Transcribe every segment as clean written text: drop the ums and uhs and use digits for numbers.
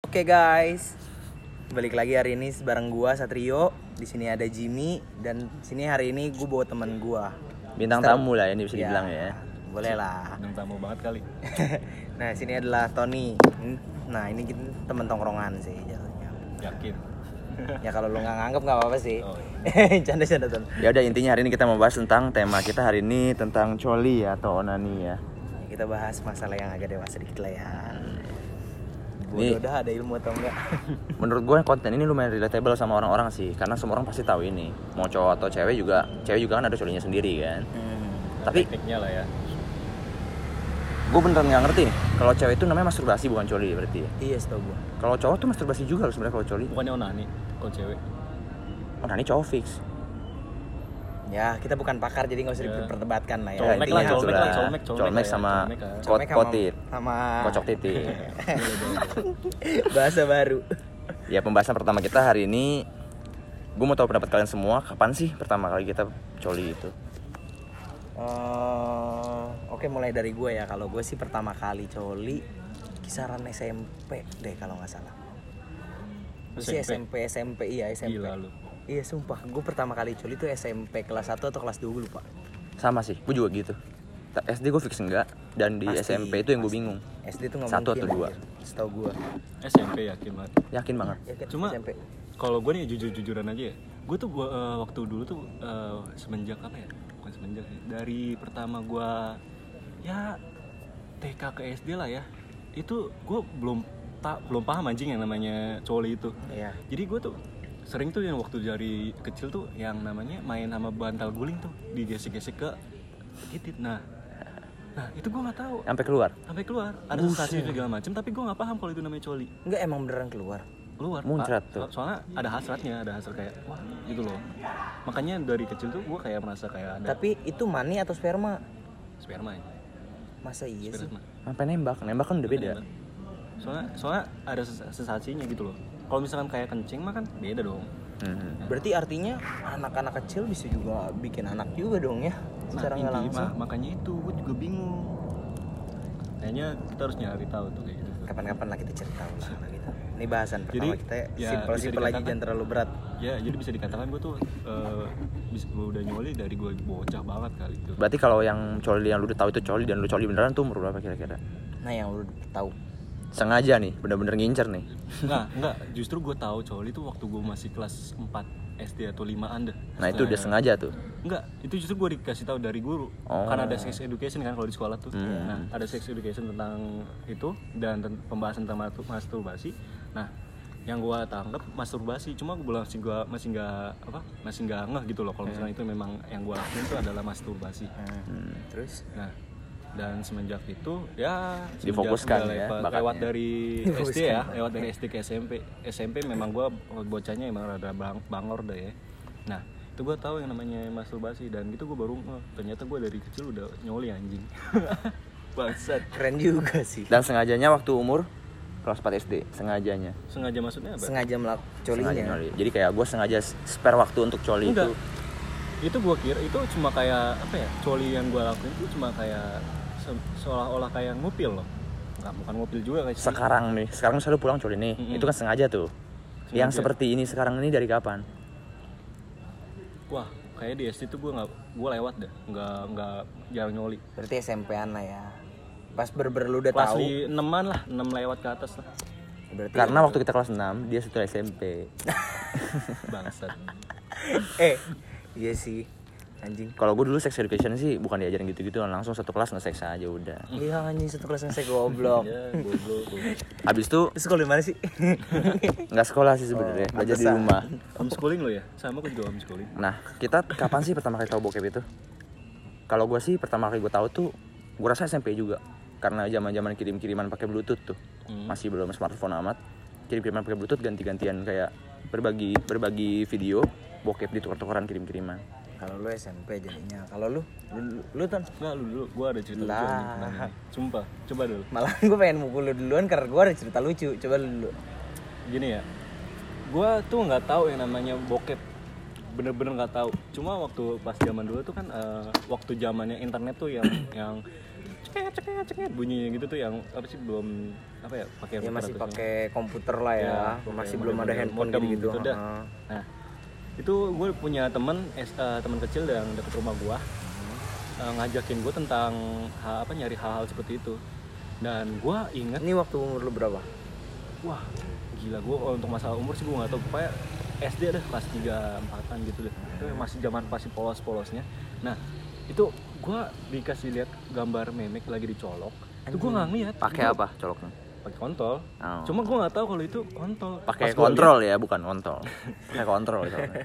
Oke guys, balik lagi hari ini bareng gua Satrio. Di sini ada Jimmy dan sini hari ini gua bawa teman gua. Bintang tamu lah ini bisa dibilang ya. Boleh lah. Bintang tamu banget kali. Nah sini adalah Tony. Nah ini kita teman tongkrongan sih jatuhnya. Yakin. Ya kalau lu nggak nganggep nggak apa-apa sih. Oh, Canda-canda Ton. Ya udah, intinya hari ini kita mau bahas tentang tema kita hari ini tentang coli atau onani ya. Kita bahas masalah yang agak dewasa dikit lah ya. Nih. Udah ada ilmu atau enggak? Menurut gue konten ini lumayan relatable sama orang-orang sih, karena semua orang pasti tahu ini. Mau cowok atau cewek juga kan ada colinya sendiri kan. Tapi tekniknya lah ya. gue beneran nggak ngerti nih, kalau cewek itu namanya masturbasi bukan coli berarti ya. Iya setahu gua. Kalau cowok tuh masturbasi juga loh sebenarnya kalau coli. Bukannya onani kalau cewek. Onani cowok fix. Ya kita bukan pakar jadi nggak usah Ya. diperdebatkan lah ya. Colmek intinya lah, colmek itulah. lah, colmek Colmek lah ya, sama colmek lah. Colmek kotit, sama kocok titik. bahasa baru. Ya, pembahasan pertama kita hari ini, gue mau tahu pendapat kalian semua, kapan sih pertama kali kita coli itu? Oke, mulai dari gue ya. Kalau gue sih pertama kali coli kisaran SMP deh kalau nggak salah. Gue sih SMP iya SMP. Gila lu. Iya sumpah, gue pertama kali coli itu SMP kelas 1 atau kelas 2 gue lupa. Sama sih, gue juga gitu. SD gue fix enggak, dan di Pasti, SMP itu yang gue bingung. SD tuh nggak 1 mungkin. atau 2? anjir. Setahu gue. SMP yakin banget. Yakin banget. Ya kan, Cuma SMP. kalau gue nih jujur-jujuran aja ya. Gue tuh waktu dulu tuh semenjak apa ya? Bukan semenjak sih. Dari pertama gue ya TK ke SD lah ya. Itu gue belum paham anjing yang namanya coli itu. Iya. Jadi gue tuh sering tuh yang waktu dari kecil tuh yang namanya main sama bantal guling tuh digesek-gesek ke titit. Nah itu gue nggak tahu Sampai keluar. ada sensasi segala macam, tapi gue nggak paham kalau itu namanya coli. Enggak, emang beneran keluar. Muncrat Pak. tuh. Soalnya ada hasratnya, ada hasrat kayak wah gitu loh. Makanya dari kecil tuh gue kayak merasa kayak ada Tapi itu mani atau sperma? sperma ya. Masa iya sih? Sperma. Sampai nembak kan udah beda. Soalnya ada sensasinya gitu loh. Kalau misalkan kayak kencing mah kan beda dong. Berarti artinya anak-anak kecil bisa juga bikin anak juga dong ya? Secara nggak langsung. Makanya itu gue juga bingung. Kayaknya kita harus nyari tahu tuh kayak gitu. Kapan-kapan lah kita cerita lah gitu. Ini bahasan pertama Jadi, kita ya, simpel bisa aja, dikatakan- jangan terlalu berat. Ya, jadi bisa dikatakan gue tuh udah nyoli dari gue bocah banget kali itu. Berarti kalau yang coli yang lu udah tahu itu coli dan lu coli beneran tuh umur berapa kira-kira? Nah yang lu tahu. Sengaja nih, bener-bener ngincer nih. Enggak, justru gue tahu coli itu waktu gue masih kelas 4 SD atau 5-an deh. Nah itu udah sengaja tuh. Enggak, itu justru gue dikasih tahu dari guru. Oh. Karena ada sex education kan kalau di sekolah tuh. Nah, ada sex education tentang itu dan pembahasan tentang masturbasi. Nah, yang gue tangkap masturbasi, cuma gue masih nggak ngeh gitu loh kalau misalnya itu memang yang gue lakuin itu adalah masturbasi. Terus? Nah, dan semenjak itu ya Difokuskan semenjak ya, udah lewat dari Difokuskan. SD ya, lewat dari SD ke SMP memang gue bocahnya emang rada bangor deh ya. Nah itu gue tahu yang namanya masturbasi dan gitu gue baru ternyata gue dari kecil udah nyoli anjing. Bangsat. Keren juga sih. Dan sengajanya waktu umur kelas 4 SD, sengajanya. Sengaja maksudnya apa? Sengaja Sengaja colinya. nyoli. Jadi kayak gue sengaja spare waktu untuk coli Enggak. itu. Itu gue kira itu cuma kayak apa ya, coli yang gue lakuin itu cuma kayak seolah-olah kayak ngupil loh. Enggak, bukan ngupil juga kayak Sekarang misalnya lu pulang coli nih, itu kan sengaja tuh. Yang seperti ini sekarang ini dari kapan? wah kayak di SD tuh gue lewat deh, nggak jarang nyoli. Berarti SMP-an lah ya. Pas berber lu udah Kelas tahu. 6-an lah, 6 lewat ke atas lah. Berarti Karena waktu kita kelas 6, dia sudah SMP. Bangsat. Iya sih. Anjing. Kalau gue dulu sex education sih bukan diajarin gitu-gitu, langsung satu kelas nge-sex aja udah. Iya anjing, satu kelas yang saya goblok. Ya, goblok. Habis itu Terus sekolah di mana sih? nggak sekolah sih sebenarnya, belajar di pantesan. rumah. Homeschooling lo ya? Sama aku juga homeschooling. Nah, kita kapan sih pertama kali tahu bokep itu? Kalau gue sih pertama kali gue tahu tuh, gue rasa SMP juga. Karena zaman-zaman kirim-kiriman pakai Bluetooth tuh. Masih belum smartphone amat. Kirim-kiriman pakai Bluetooth ganti-gantian kayak berbagi video bokep ditukar-tukaran kirim-kiriman. Kalau lu SMP jadinya. Kalau lu Ton? Enggak, lu dulu. Gue ada cerita lucu Lah. nih tentang ini. Sumpah, coba dulu. Malah gue pengen mukul lu duluan karena gue ada cerita lucu. Coba lu dulu. Gini ya, gue tuh nggak tahu yang namanya bokep. Bener-bener nggak tahu. Cuma waktu pas zaman dulu tuh kan waktu zamannya internet tuh yang ceket bunyinya gitu tuh yang apa sih belum apa ya pakai Ya masih router pakai komputer lah ya, masih belum ada handphone modem gitu. dah. Nah itu gue punya teman kecil yang deket rumah gue ngajakin gue tentang nyari hal-hal seperti itu. Dan gue inget Ini waktu umur lu berapa? wah gila, gue untuk masalah umur sih gue nggak tahu, pokoknya SD deh kelas 3-4an gitu deh, itu masih zaman pasti polos-polosnya. Nah itu gue dikasih lihat gambar memek lagi dicolok, itu gue nggak ngeliat Pakai apa coloknya? pakai kontol. Oh. Cuma gue nggak tahu kalau itu kontol. Pakai kontrol ya, bukan kontol. Pakai kontrol soalnya.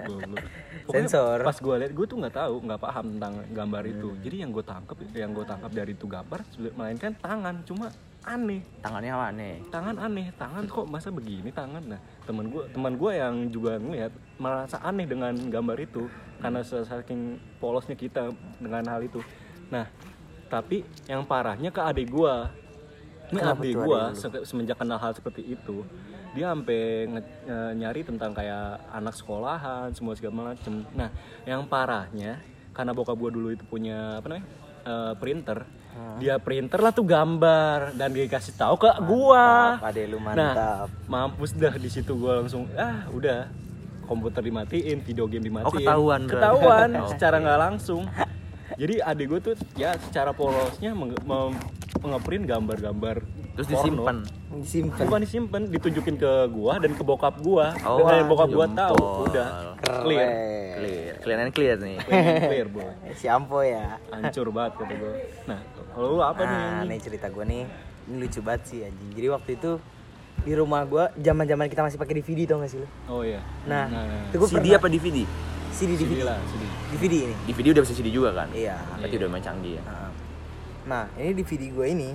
Sensor. Pas gue lihat, gue tuh nggak paham tentang gambar itu. Jadi yang gue tangkap dari itu gambar, melainkan tangan. Cuma aneh. Tangannya apa nih? Tangan aneh, tangan kok masa begini tangan. Nah teman gue yang juga ngeliat merasa aneh dengan gambar itu karena saking polosnya kita dengan hal itu. Nah tapi yang parahnya ke adik gue. Ini adik gue semenjak kenal hal seperti itu, dia sampai nyari tentang kayak anak sekolahan, semua segala macem. Nah, yang parahnya karena bokap gue dulu itu punya printer, dia printer lah tuh gambar dan dia kasih tahu ke gue. Adek lu mantap. Nah, mampus dah di situ gue langsung udah komputer dimatiin, video game dimatiin. Ketahuan secara nggak langsung. Jadi adik gue tuh ya secara polosnya ngeprint gambar-gambar terus porno. Disimpan. Bukan disimpan, ditunjukin ke gua dan ke bokap gua. Oh, Dan bokap gua jempol. tahu, udah clear Clear nih. clear boy. Si Ampo ya. Hancur banget kata gua. Nah, kalau lu apa nih? Nah, nih cerita gue nih. Ini lucu banget sih anjing. Jadi waktu itu di rumah gue, zaman-zaman kita masih pakai DVD, tau gak sih lu? Oh iya. Nah, itu gue CD apa DVD? CD lah, CD. DVD ini. DVD udah bisa CD juga kan? Iya. Berarti udah main canggih ya. Nah, ini DVD gue ini,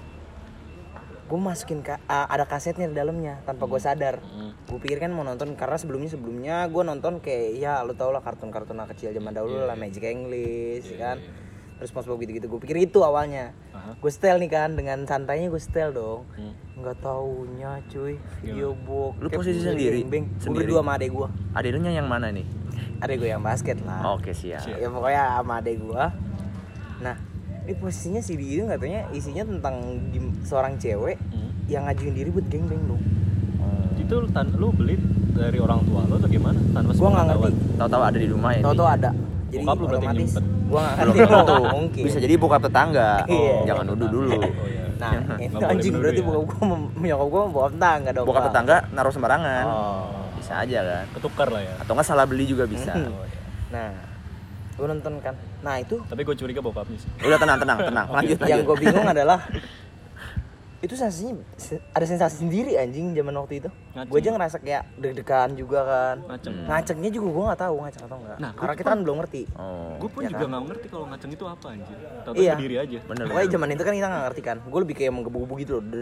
gue masukin ada kasetnya di dalamnya tanpa gue sadar. Gue pikir kan mau nonton karena sebelumnya gue nonton kayak ya lo tau lah kartun-kartun anak kecil zaman dahulu lah, Magic English kan, terus SpongeBob gitu-gitu. Gue pikir itu awalnya. Gue setel nih kan, dengan santainya gue setel dong. Nggak taunya cuy, video bokep. Lu posisi sendiri? Gue berdua sama adek gue. Adek lu yang mana nih? Adek gue yang basket lah. Oke, siap. Ya pokoknya sama adek gue. Nah, ini posisinya CD itu nggak taunya isinya tentang seorang cewek yang ngajuin diri buat gangbang dong. Itu lu beli dari orang tua lu atau gimana? Tanpa Gua nggak ngerti. Tahu-tahu ada di rumah ya. Tahu-tahu ada. Jadi Bokap lu berarti otomatis nyimpen. gua nggak Belum ngerti. tentu. Mungkin. Bisa jadi bokap tetangga. Iya. Jangan nuduh dulu. Oh iya. Nah, itu Nggak boleh anjing menuduh berarti ya. nyokap gua bokap tetangga dong. Bokap Pak. tetangga naruh sembarangan. Oh. Bisa aja kan. Ketukar lah ya. Atau nggak salah beli juga bisa. Nah, gua nonton kan. Nah, itu Tapi gue curiga bokapnya sih. Udah tenang. Lanjut. yang gua bingung adalah itu sensasinya ada sensasi sendiri anjing zaman waktu itu. Ngaceng. Gue aja ngerasa kayak deg-degan juga kan. Ngacengnya juga gue nggak tahu ngaceng atau enggak. Nah, karena kita kan belum ngerti. Oh. Gue pun Ya juga kan? nggak ngerti kalau ngaceng itu apa anjir. Tahu Iya. berdiri aja. Bener. Pokoknya zaman itu kan kita nggak ngerti kan. Gue lebih kayak menggebu-gebu gitu loh.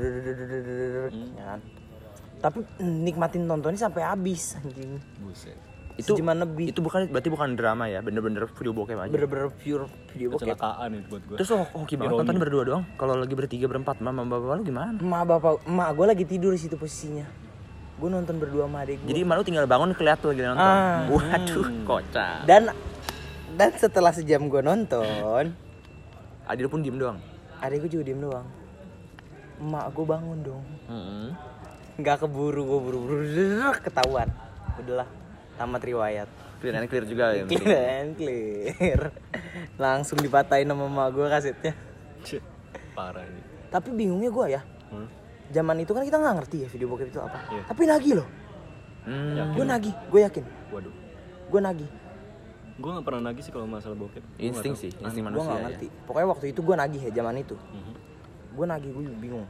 Ya kan. Tapi nikmatin nontonnya sampai habis anjing. Buset. Itu Sejaman lebih. Itu berarti bukan drama ya, bener-bener video bokep aja. Bener-bener pure video bokep. Kecelakaan itu buat gue. Terus lo hoki banget nonton berdua doang. Kalau lagi bertiga berempat, mama bapak lu gimana? Emak gue lagi tidur di situ posisinya. Gue nonton berdua sama adek gue. Jadi emak lu tinggal bangun kelihatan lagi nonton. Waduh, kocak. Dan setelah sejam gue nonton, Adil pun diem doang. adek gue juga diem doang. Emak gue bangun dong. Heeh. Nggak keburu, gue buru-buru ketahuan. Udahlah, tamat riwayat. Clear juga ya. Clear. Langsung dipatahin sama emak gue kasetnya. Parah ini. Tapi bingungnya gue ya, zaman itu kan kita nggak ngerti ya video bokep itu apa. Iya. Tapi nagih loh. Gue nagih, gue yakin. Waduh. Gue nagih. Gue gak pernah nagih sih kalau masalah bokep. Insting sih, insting Gue manusia nggak ya. ngerti. Pokoknya waktu itu gue nagih ya zaman itu. Gue nagih, gue bingung.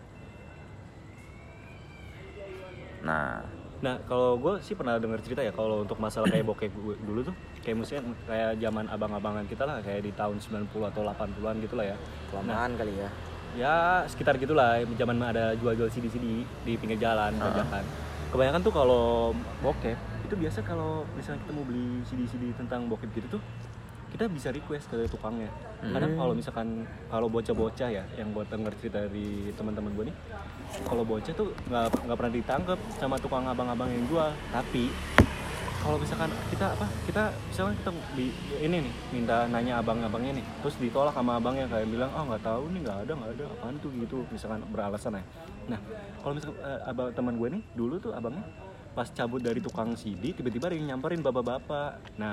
Nah kalau gue sih pernah denger cerita ya kalau untuk masalah kayak bokep gue dulu tuh kayak misalnya kayak zaman abang-abangan kita lah kayak di tahun 90 atau 80-an gitu lah ya. Kelamaan kali ya. Ya sekitar gitulah zaman ada jual-jual CD-CD di pinggir jalan bajakan. Kebanyakan tuh kalau bokep itu biasa kalau misalnya kita mau beli CD-CD tentang bokep gitu tuh kita bisa request ke tukangnya. Kadang kalau misalkan kalau bocah-bocah ya yang buat denger cerita dari teman-teman gue nih, kalau bocah tuh nggak pernah ditangkap sama tukang abang-abang yang jual, tapi kalau misalkan kita misalkan kita ini nih minta nanya abang-abangnya nih, terus ditolak sama abangnya kayak bilang nggak tahu nih, nggak ada apaan tuh gitu, misalkan beralasan ya. Nah kalau misalkan abang teman gue nih dulu tuh abangnya pas cabut dari tukang CD tiba-tiba ada yang nyamperin bapak-bapak. Nah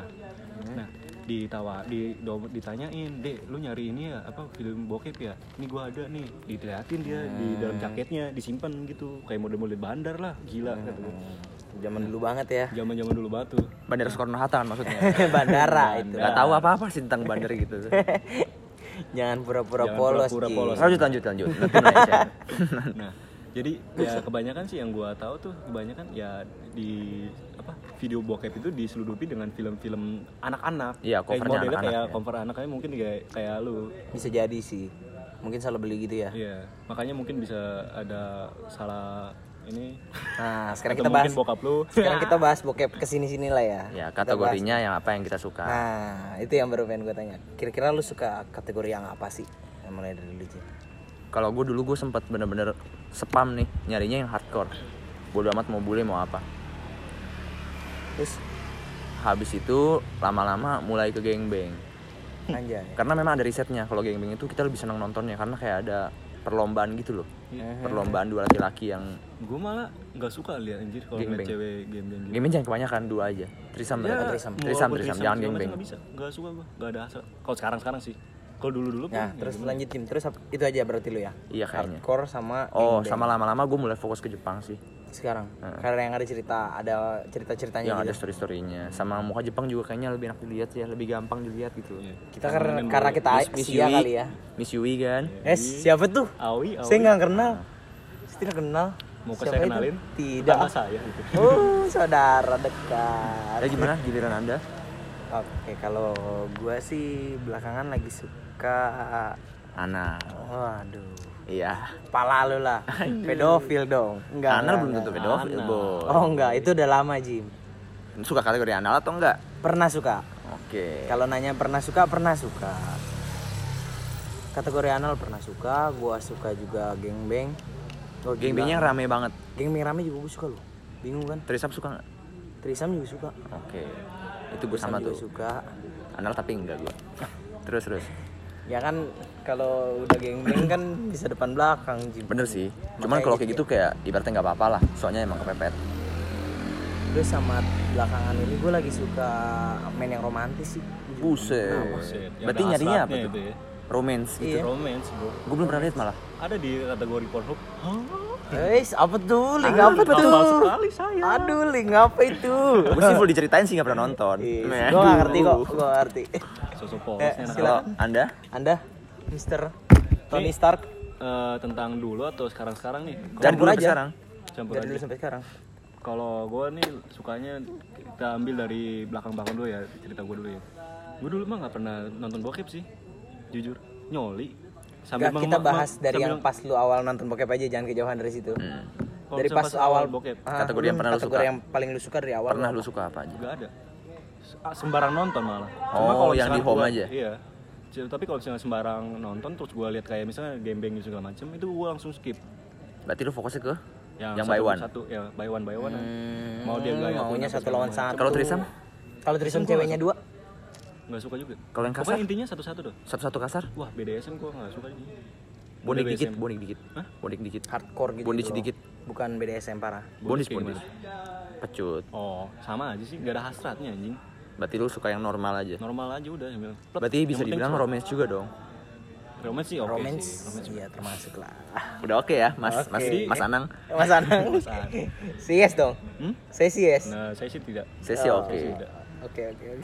ditanyain, "Dek, lu nyari ini ya apa film bokep ya? Ini gua ada nih." Diliatin dia di dalam jaketnya, disimpan gitu kayak model-model bandar lah, gila kata gue. Zaman dulu banget ya. Zaman dulu banget tuh. Bandara Soekarno-Hatta kan maksudnya. Bandara itu. Gak tahu apa-apa sih tentang bandar gitu. Jangan pura-pura Jangan polos. pura-pura Ji. polos. Lanjut. Nanti aja. Nah, jadi ya kebanyakan sih yang gua tahu tuh kebanyakan ya di video bokep itu diseludupi dengan film-film anak-anak. Iya, kayak covernya modelnya anak-anak kayak ya. cover anaknya mungkin kayak lu. Bisa jadi sih. Mungkin salah beli gitu ya. Iya, makanya mungkin bisa ada salah ini. Nah, sekarang Atau kita bahas. mungkin bokap lu. Sekarang kita bahas bokep kesini-sini lah ya. Ya, Kita kategorinya yang apa yang kita suka. bahas. Nah, itu yang baru pengen gue tanya. Kira-kira lu suka kategori yang apa sih? Yang mulai dari dulu Ji. Kalau gue dulu sempat bener-bener spam nih, nyarinya yang hardcore. Bodo amat mau bule mau apa. Terus Habis itu lama-lama mulai ke gangbang. anjay. Karena memang ada risetnya, kalau gangbang itu kita lebih senang nontonnya karena kayak ada perlombaan gitu loh. Perlombaan dua laki-laki yang Gue malah nggak suka lihat anjir kalau Gangbang. ngeliat cewek game-game gitu. gangbang jangan kebanyakan, dua aja. Trisam Ya, trisam, walaupun jangan segala gangbang. macam nggak bisa, nggak suka gue, nggak ada asa. Kalau sekarang sih, kalau dulu Nah, pun, terus ya gimana? lanjut Jim. Terus itu aja berarti lu ya? Iya kayaknya. Hardcore sama Oh, gangbang. sama lama-lama gue mulai fokus ke Jepang sih. Sekarang. Karena yang ada cerita-ceritanya Yang gitu. ada story-storynya. Sama muka Jepang juga kayaknya lebih enak dilihat ya, lebih gampang dilihat gitu. Iya. Kita karena kita Asia kali ya. Miss Yui kan. Siapa tuh? Aoi. Saya nggak kenal. Saya tidak kenal. Mau ke Siapa saya itu? kenalin? Tidak. Tetangga saya gitu. Saudara dekat. Ya gimana giliran Anda? Oke, kalau gua sih belakangan lagi suka. Ana. Waduh. Iya. Pala lu lah. Pedofil dong. Enggak. Anal belum enggak. tentu pedofil, Anal. Boy. Oh enggak, itu udah lama Jim. Suka kategori anal atau enggak? Pernah suka. Oke. Kalau nanya pernah suka. Kategori anal pernah suka, gua suka juga gangbang. Oh, Gangbangnya yang gila. rame banget. Gangbang rame juga gua suka loh. Bingung kan? Trisam suka nggak? Trisam juga suka. Oke. Itu gue sama Trisam juga tuh. suka. Anal tapi enggak gue. Terus. Ya kan kalau udah gangbang kan bisa depan belakang Jim. Bener sih. Cuman Makanya kalau kayak gitu gitu kayak ibaratnya nggak apa-apa lah. Soalnya emang kepepet. Terus sama belakangan ini gue lagi suka main yang romantis sih. Buset. Buset, yang Berarti ada nyarinya apa hasratnya tuh? itu ya. Romance gitu. Iya. Romance bro. Gue belum pernah lihat malah. Ada di kategori Pornhub. Apa tuh? Link apa Hafal tuh? sekali saya. Aduh, link apa itu? Gue sih full diceritain sih nggak pernah nonton. Gue gak ngerti kok, gue gak ngerti. Sosok polosnya anak. Kalau Anda? Anda, Mister Tony Stark, Tentang dulu atau sekarang nih? Dari dulu Campur sampai aja. sekarang. Campur dari aja. dulu sampai sekarang. Kalau gue nih sukanya kita ambil dari belakang-belakang dulu ya, cerita gue dulu ya. Gue dulu mah nggak pernah nonton bokep sih, jujur. Nyoli. Gak, kita bahas dari yang pas lu awal nonton bokep aja, jangan kejauhan dari situ. Dari pas awal bokep. Kategori yang pernah lu kategori suka. yang paling lu suka dari awal. Pernah lu suka apa aja? Gak ada. Sembarang nonton malah. Oh, yang di misalkan home gua- aja? Iya. Tapi kalau misalnya sembarang nonton terus gue lihat kayak misalnya game-bang segala macem, itu gue langsung skip. Berarti lu fokusnya ke yang satu by one. persatu, ya by one mau dia gaya maunya satu lawan satu. Kalau threesome? Kalau threesome ceweknya dua. nggak suka juga. Kalau yang kasar? Pokoknya intinya satu-satu doh. Satu-satu kasar? Wah BDSM gue nggak suka ini. Bonik dikit, BDSM. bonik dikit. Hah? Bonik dikit. Hardcore gitu. Bondage loh. dikit. Bukan BDSM parah. Bondage, kayak bondage. gimana? Pecut. Oh sama aja sih, nggak ada hasratnya anjing. Berarti lu suka yang normal aja. Normal aja udah. Berarti bisa dibilang romance juga dong. Romance sih oke Romance, sih. Romance iya termasuk lah. Udah oke ya, Mas Oke. Mas Anang. Mas Anang. Si yes dong. Saya si yes. Nah saya sih tidak. Saya sih oke. Tidak. Oke.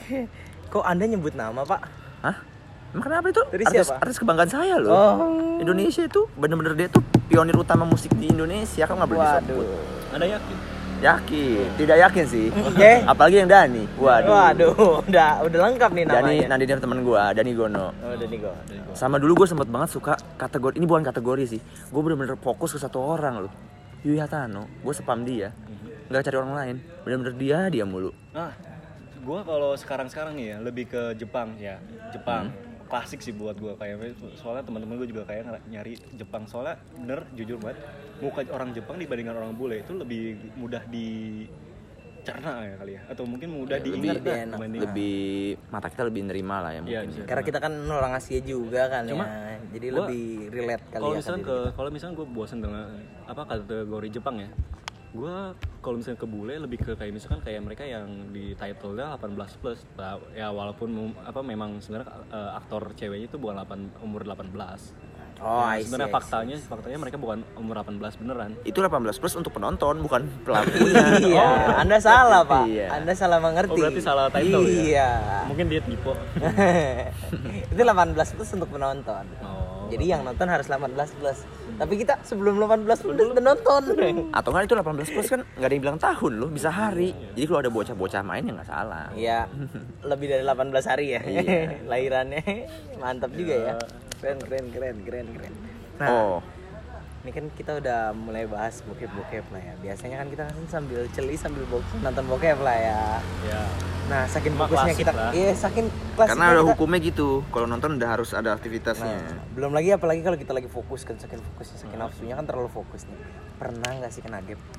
Kok Anda nyebut nama, Pak? Hah? Emang kenapa itu? Tadi Artis, siapa? artis kebanggaan saya loh. Oh. Indonesia itu bener-bener dia tuh pionir utama musik di Indonesia. Kok nggak boleh disebut? Waduh. Anda yakin? Yakin? Tidak yakin sih. Oke. Apalagi yang Dani. Waduh, udah lengkap nih Dani, namanya. Dani teman gua, Dani Gono. Oh, udah nih gua. Sama dulu gue sempet banget suka kategori, ini bukan kategori sih, gue bener-bener fokus ke satu orang loh, Yui Hatano. Gue spam dia, nggak cari orang lain, bener-bener dia mulu. Nah, gue kalau sekarang nih ya lebih ke Jepang ya. Jepang klasik sih buat gue kayak, soalnya teman-teman gue juga kayak nyari Jepang, soalnya bener jujur banget muka orang Jepang dibandingkan orang bule itu lebih mudah cerna ya kali ya, atau mungkin mudah Ya, diingat lebih dah enak. dibanding. lebih mata kita lebih nerima lah ya Iya, mungkin. bisa. Karena kita kan orang Asia juga kan Cuma, ya. Jadi gua- lebih relate kali Kalau ya. misalnya ke kalau misalnya gue bosan dengan apa kategori Jepang ya, gue kalau misalnya ke bule lebih ke kayak misalkan kayak mereka yang di title-nya 18 plus. Ya walaupun memang sebenarnya aktor ceweknya itu bukan umur 18. Oh, Ya, I see, sebenarnya I see. faktanya mereka bukan umur 18 beneran. Itu 18 plus untuk penonton bukan pelakunya. Iya, Anda salah Pak. Iya. Anda salah mengerti. Oh, berarti salah title ya? Iya. Mungkin dia tipe. Itu 18 plus untuk penonton. Oh. Jadi yang nonton harus 18 plus. Tapi kita sebelum 18 plus udah nonton. Atau kan itu 18 plus kan nggak ada yang bilang tahun loh, bisa hari. Jadi kalau ada bocah-bocah main ya nggak salah. Iya. Lebih dari 18 hari ya. Iya. Lahirannya. Mantap juga ya. Keren. Nah, Oh, ini kan kita udah mulai bahas bokep lah ya. Biasanya kan kita kan sambil celi sambil nonton bokep lah ya. Ya. Nah, saking Cuma fokusnya klasik kita, lah. iya saking klasiknya karena ada kita- hukumnya gitu. Kalau nonton udah harus ada aktivitasnya. Nah, belum lagi apalagi kalau kita lagi fokus kan, saking fokusnya, saking nafsunya kan terlalu fokus nih. Pernah nggak sih kena gap?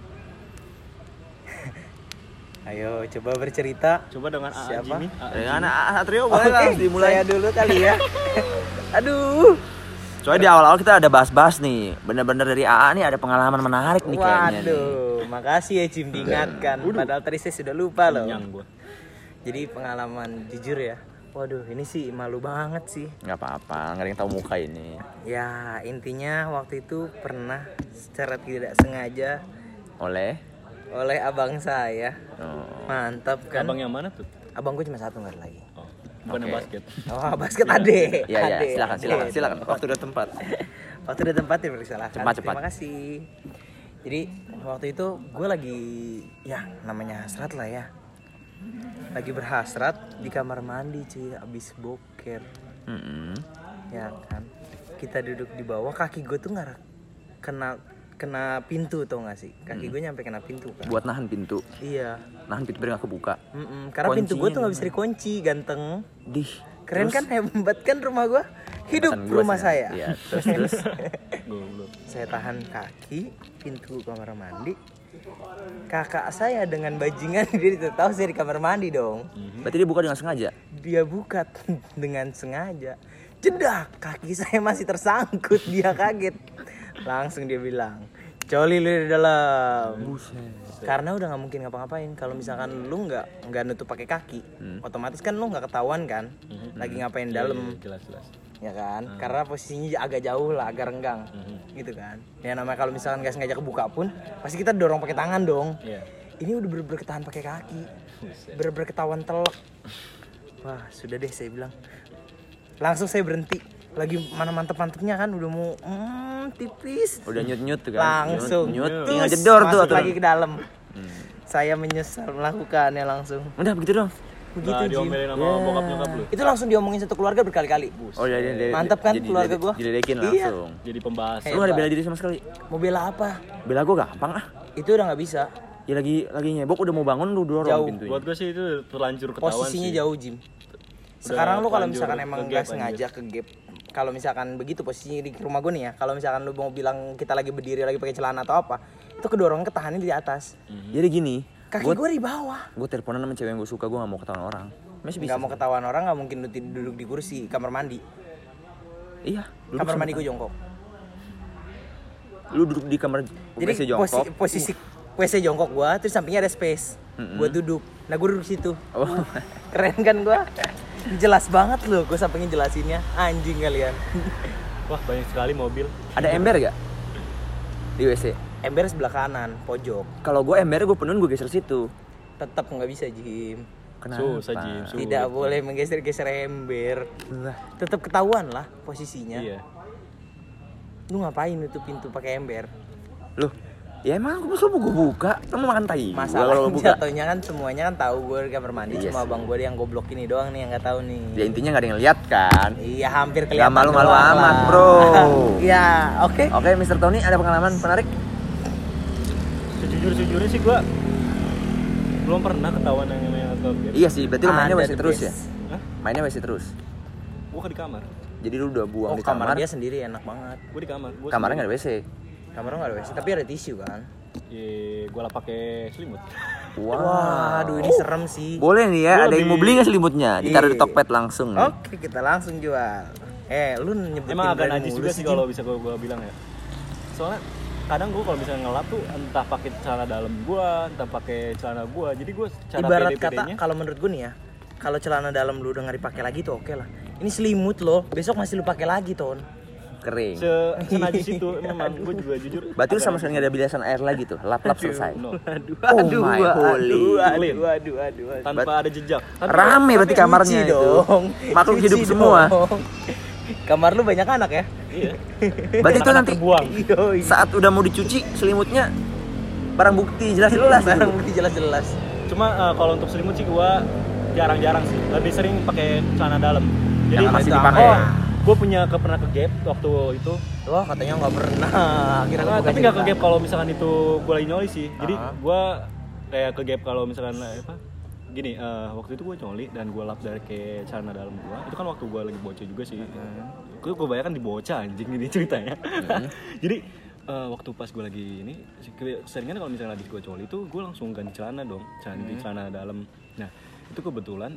Ayo coba bercerita. Coba dengan AA Siapa? Jimmy. Dengan Satrio boleh lah Oke, dimulai. saya dulu kali ya. Aduh. Soalnya di awal-awal kita ada bahas-bahas nih. Bener-bener dari AA nih ada pengalaman menarik nih kayaknya. nih. Waduh, makasih ya Jim diingatkan. Padahal tadi saya sudah lupa loh. Kenyang gue. Jadi pengalaman jujur ya. Waduh, ini sih malu banget sih. Nggak apa-apa, nggak ada yang tahu muka ini. Ya, intinya waktu itu pernah secara tidak sengaja Oleh oleh abang saya. oh, Mantap kan? Abang yang mana tuh? Abang gue cuma satu nggak ada lagi. Oh, bukan yang Oke. basket. Oh, basket ade. Iya iya, Ade. silakan. Waktu udah tempat. Waktu udah tempat dipersilakan. Cepat. Terima kasih. Jadi waktu itu gue lagi ya namanya hasrat lah ya. Lagi berhasrat di kamar mandi cuy abis boker. Mm-mm. Ya kan. Kita duduk di bawah, kaki gue tuh nggak kena pintu tau gak sih? Kaki gue nyampe kena pintu kan. Buat nahan pintu, Iya. nahan pintu biar nggak kebuka. Karena pintu gue Kuncinya tuh nggak bisa dikunci, ganteng. Dih, Keren terus? kan, hebat kan rumah gue. Hidup Pesan gua rumah sih. saya. Iya, terus. Goblok. Saya tahan kaki pintu kamar mandi. Kakak saya dengan bajingan dia tidak tahu saya di kamar mandi dong. Berarti dia buka dengan sengaja. Dia buka dengan sengaja. Jedak, kaki saya masih tersangkut. Dia kaget. Langsung dia bilang, "Coli lu di dalam." Karena udah nggak mungkin ngapa-ngapain. Kalau misalkan lu nggak nutup pakai kaki, otomatis kan lu nggak ketahuan kan, lagi ngapain dalam. Jelas. Ya kan, karena posisinya agak jauh lah, agak renggang, gitu kan. Ya namanya kalau misalkan nggak sengaja kebuka pun, pasti kita dorong pakai tangan dong. Iya. Ini udah bener-bener ketahan pakai kaki, bener-bener ketahuan telek. Wah sudah deh saya bilang. Langsung saya berhenti. Lagi mana mantep-mantepnya kan, udah mau tipis. Udah nyut-nyut tuh kan. Langsung nyut. terus Tinggal jedor tuh masuk aturan. lagi ke dalam. Saya menyesal melakukannya langsung. Udah begitu dong. Begitu Nggak Jim. diomelin sama bokap nyokap lu. Itu langsung diomongin satu keluarga berkali-kali. Oh ya, Mantap kan keluarga gua? Diledekin Iya. langsung. Jadi pembahasan. Lu gak ada bela diri sama sekali. Mau bela apa? Bela gue gampang ah. Itu udah nggak bisa. Ya lagi nyebok udah mau bangun lu dorong Jauh. pintunya. Buat gue sih itu terlanjur ketahuan Posisinya sih. jauh Jim. Sekarang lu kalau terlanjur misalkan emang ke nggak gap, sengaja ke gap, kalau misalkan begitu posisinya di rumah gue nih ya, kalau misalkan lu mau bilang kita lagi berdiri lagi pakai celana atau apa, itu kedorong ketahannya di atas. Jadi gini, Kaki gue di bawah. gue teleponan sama cewek yang gue suka, gue gak mau ketahuan orang. Masih bisa. Nggak mau ketahuan orang, nggak mungkin lu duduk di kursi kamar mandi. Iya. duduk Kamar sama mandi gue jongkok. Lu duduk di kamar Jadi WC jongkok. posisi WC jongkok gue, terus sampingnya ada space buat duduk. Nah gue duduk di situ. Oh. Keren kan gue? Jelas banget loh, gue sampingnya jelasinnya. Anjing kalian. Wah banyak sekali mobil. Ada ember gak? Di WC. Ember sebelah kanan, pojok. Kalau gue ember gue penuhin gue geser situ. Tetap nggak bisa Jim. Kenapa? Susah Jim. Tidak boleh menggeser-geser ember. Lah. Tetap ketahuan lah posisinya. Iya. Lu ngapain nutup pintu pakai ember? Loh, ya emang gue mau gue buka, lu mau makan tai. Gua kalau Masalahnya gua buka. jatuhnya kan semuanya kan tahu gue di kamar mandi, Iya cuma sih. abang gue yang goblok ini doang nih yang nggak tahu nih. Ya intinya gak ada yang lihat kan. Iya hampir Gak kelihatan. malu-malu doang amat lah. bro. Iya, oke. Oke Mr. Tony ada pengalaman menarik? Sejujurnya sih gue belum pernah ketahuan yang namanya ke gap. Iya sih, berarti lu mainnya Ada WC the terus best. ya? Hah? Mainnya WC terus. Gue di kamar. Jadi lu udah buang Oh di kamar kamar. dia sendiri enak banget. Gue di kamar. Kamarnya gak ada WC. Kamarnya nggak ada WC, tapi ada tisu kan. Iya, gue lah pakai selimut. Waduh, ini serem sih. Boleh nih ya, Gua ada yang mau lebih- beli nggak selimutnya? Ditaruh di Iya. Tokped langsung nih. Oke, kita langsung jual. Lu nyebutin Emang agak brand najis mulu juga sih, sih Jim. kalau bisa gue bilang ya. Soalnya kadang gue kalau misalnya ngelap tuh entah pakai celana dalam gue, entah pakai celana gue. Jadi gue cara Ibarat pede-pedenya kata kalau menurut gue nih ya, kalau celana dalam lu udah nggak dipakai lagi tuh oke lah. Ini selimut loh, besok masih lu pakai lagi, Ton. Kering. senajis itu memang gue juga jujur. Berarti lu sama sekali nggak ada bilasan air lagi tuh. Lap-lap selesai. No. Aduh, Oh my holy. aduh. Tanpa ada jejak. Rame berarti kamarnya Cuci itu. dong. Makhluk Cuci hidup dong. semua. Kamar lu banyak anak ya? Iya. Berarti itu Anak-anak nanti terbuang. Yoi. saat udah mau dicuci selimutnya barang bukti jelas-jelas. Barang bukti jelas-jelas. Cuma kalau untuk selimut sih gue jarang-jarang sih. Lebih sering pakai celana dalam. Jadi Yang masih itu dipakai. aman. gue pernah ke gap waktu itu. Wah, katanya nggak pernah. Akhirnya lu buka Tapi nggak ke cerita. gap kalau misalkan itu gue lagi nyoli sih. Jadi Ah. gue kayak ke gap kalau misalkan apa? Gini, waktu itu gue nyoli dan gue lap dari ke celana dalam gue. Itu kan waktu gue lagi bocah juga sih. Gue bayangkan di bocah anjing ini ceritanya. Jadi waktu pas gue lagi ini, seringan kalau misalnya lagi gue coli itu gue langsung ganti celana dong, ganti celana dalam. Nah itu kebetulan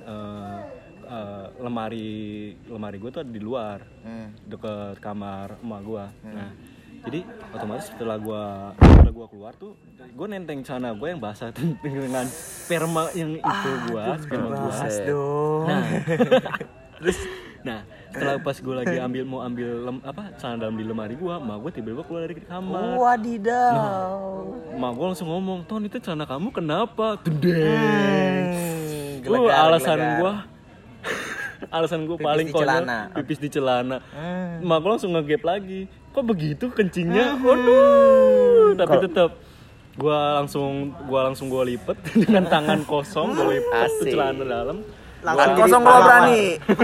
lemari gue tuh ada di luar, deket kamar emak gue. Nah jadi otomatis setelah gue keluar tuh gue nenteng celana gue yang basah tuh dengan sperma yang itu gue, sperma gue. Bahas dong. Nah, terus setelah pas gue lagi mau ambil celana dalam di lemari gue, emak gue tiba-tiba keluar dari kamar. Wadidaw. Emak gue langsung ngomong, "Ton, itu celana kamu kenapa?" Dendeng. Gelegar, Alasan gelegar. gue alasan gue Pipis paling di konyol, celana. pipis di celana. Emak gue langsung ngegap lagi. Kok begitu kencingnya? Waduh, tapi tetap gue langsung gue lipet dengan tangan kosong, gue lipet tuh Asik. celana dalam. Tangan jadi kosong lo pahlawan. berani.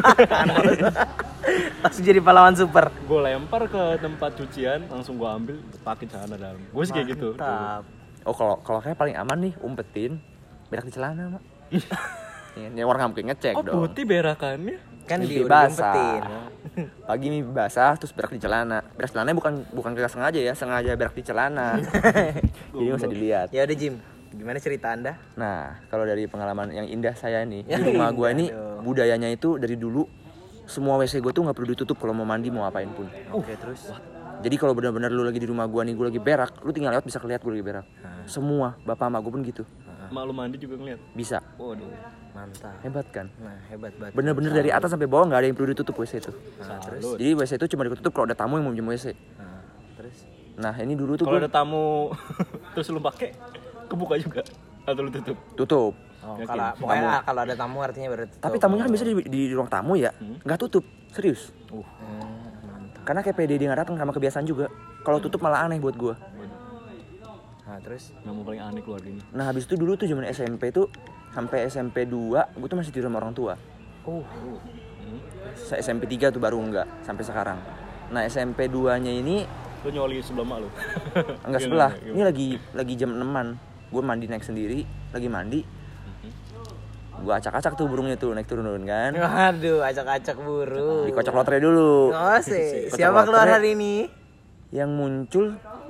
Langsung jadi pahlawan super. Gue lempar ke tempat cucian, langsung gue ambil pakai celana dalam. Gue sih kayak gitu. Mantap. Oh kalau kayak paling aman nih umpetin berak di celana mak. Ini orang nggak mungkin ngecek Oh, dong. putih berakannya. Kan Mimpi dia udah basah. ngumpetin. Pagi mimpi basah terus berak di celana. Berak di celana bukan kagak sengaja ya, sengaja berak di celana. Jadi nggak usah dilihat. Ya udah Jim, gimana cerita Anda? Nah, kalau dari pengalaman yang indah saya nih, Ya, di rumah gua indah ini dong. budayanya itu dari dulu semua WC gua tuh nggak perlu ditutup kalau mau mandi mau apain pun. Oke, terus. Jadi kalau benar-benar lu lagi di rumah gua nih, gua lagi berak, lu tinggal lewat bisa kelihatan gua lagi berak. Semua bapak emak gua pun gitu. Mak lu mandi juga ngeliat. Bisa. Waduh. Mantap. Hebat kan? Nah, hebat banget. Bener-bener dari atas sampai bawah nggak ada yang perlu ditutup WC itu. Nah, terus. Salut. Jadi WC itu cuma ditutup kalau ada tamu yang mau minjem WC. Nah, terus. Nah ini dulu tuh Kalau gua ada tamu terus lu pakai, kebuka juga atau lu tutup? tutup. Oh, Yakin? kalau pokoknya kalau ada tamu artinya baru tutup. Tapi tamunya kan bisa di ruang tamu ya, nggak tutup, serius. Mantap. Karena kayak pede dia nggak datang sama kebiasaan juga. Kalau tutup malah aneh buat gua. Nah, terus. Nama paling aneh keluarga ini. Nah habis itu dulu tuh zaman SMP tuh sampai SMP 2 gue tuh masih di rumah orang tua. SMP 3 tuh baru enggak sampai sekarang. Nah SMP 2 nya ini Lu nyoli sebelah mak lu. enggak sebelah. Ini lagi jam 6-an. Gue mandi naik sendiri, lagi mandi. Gue acak-acak tuh burungnya tuh naik turun kan. Waduh, acak-acak burung. Dikocok lotre dulu. Oh, sih. Kocok Siapa keluar lotre. hari ini? Yang muncul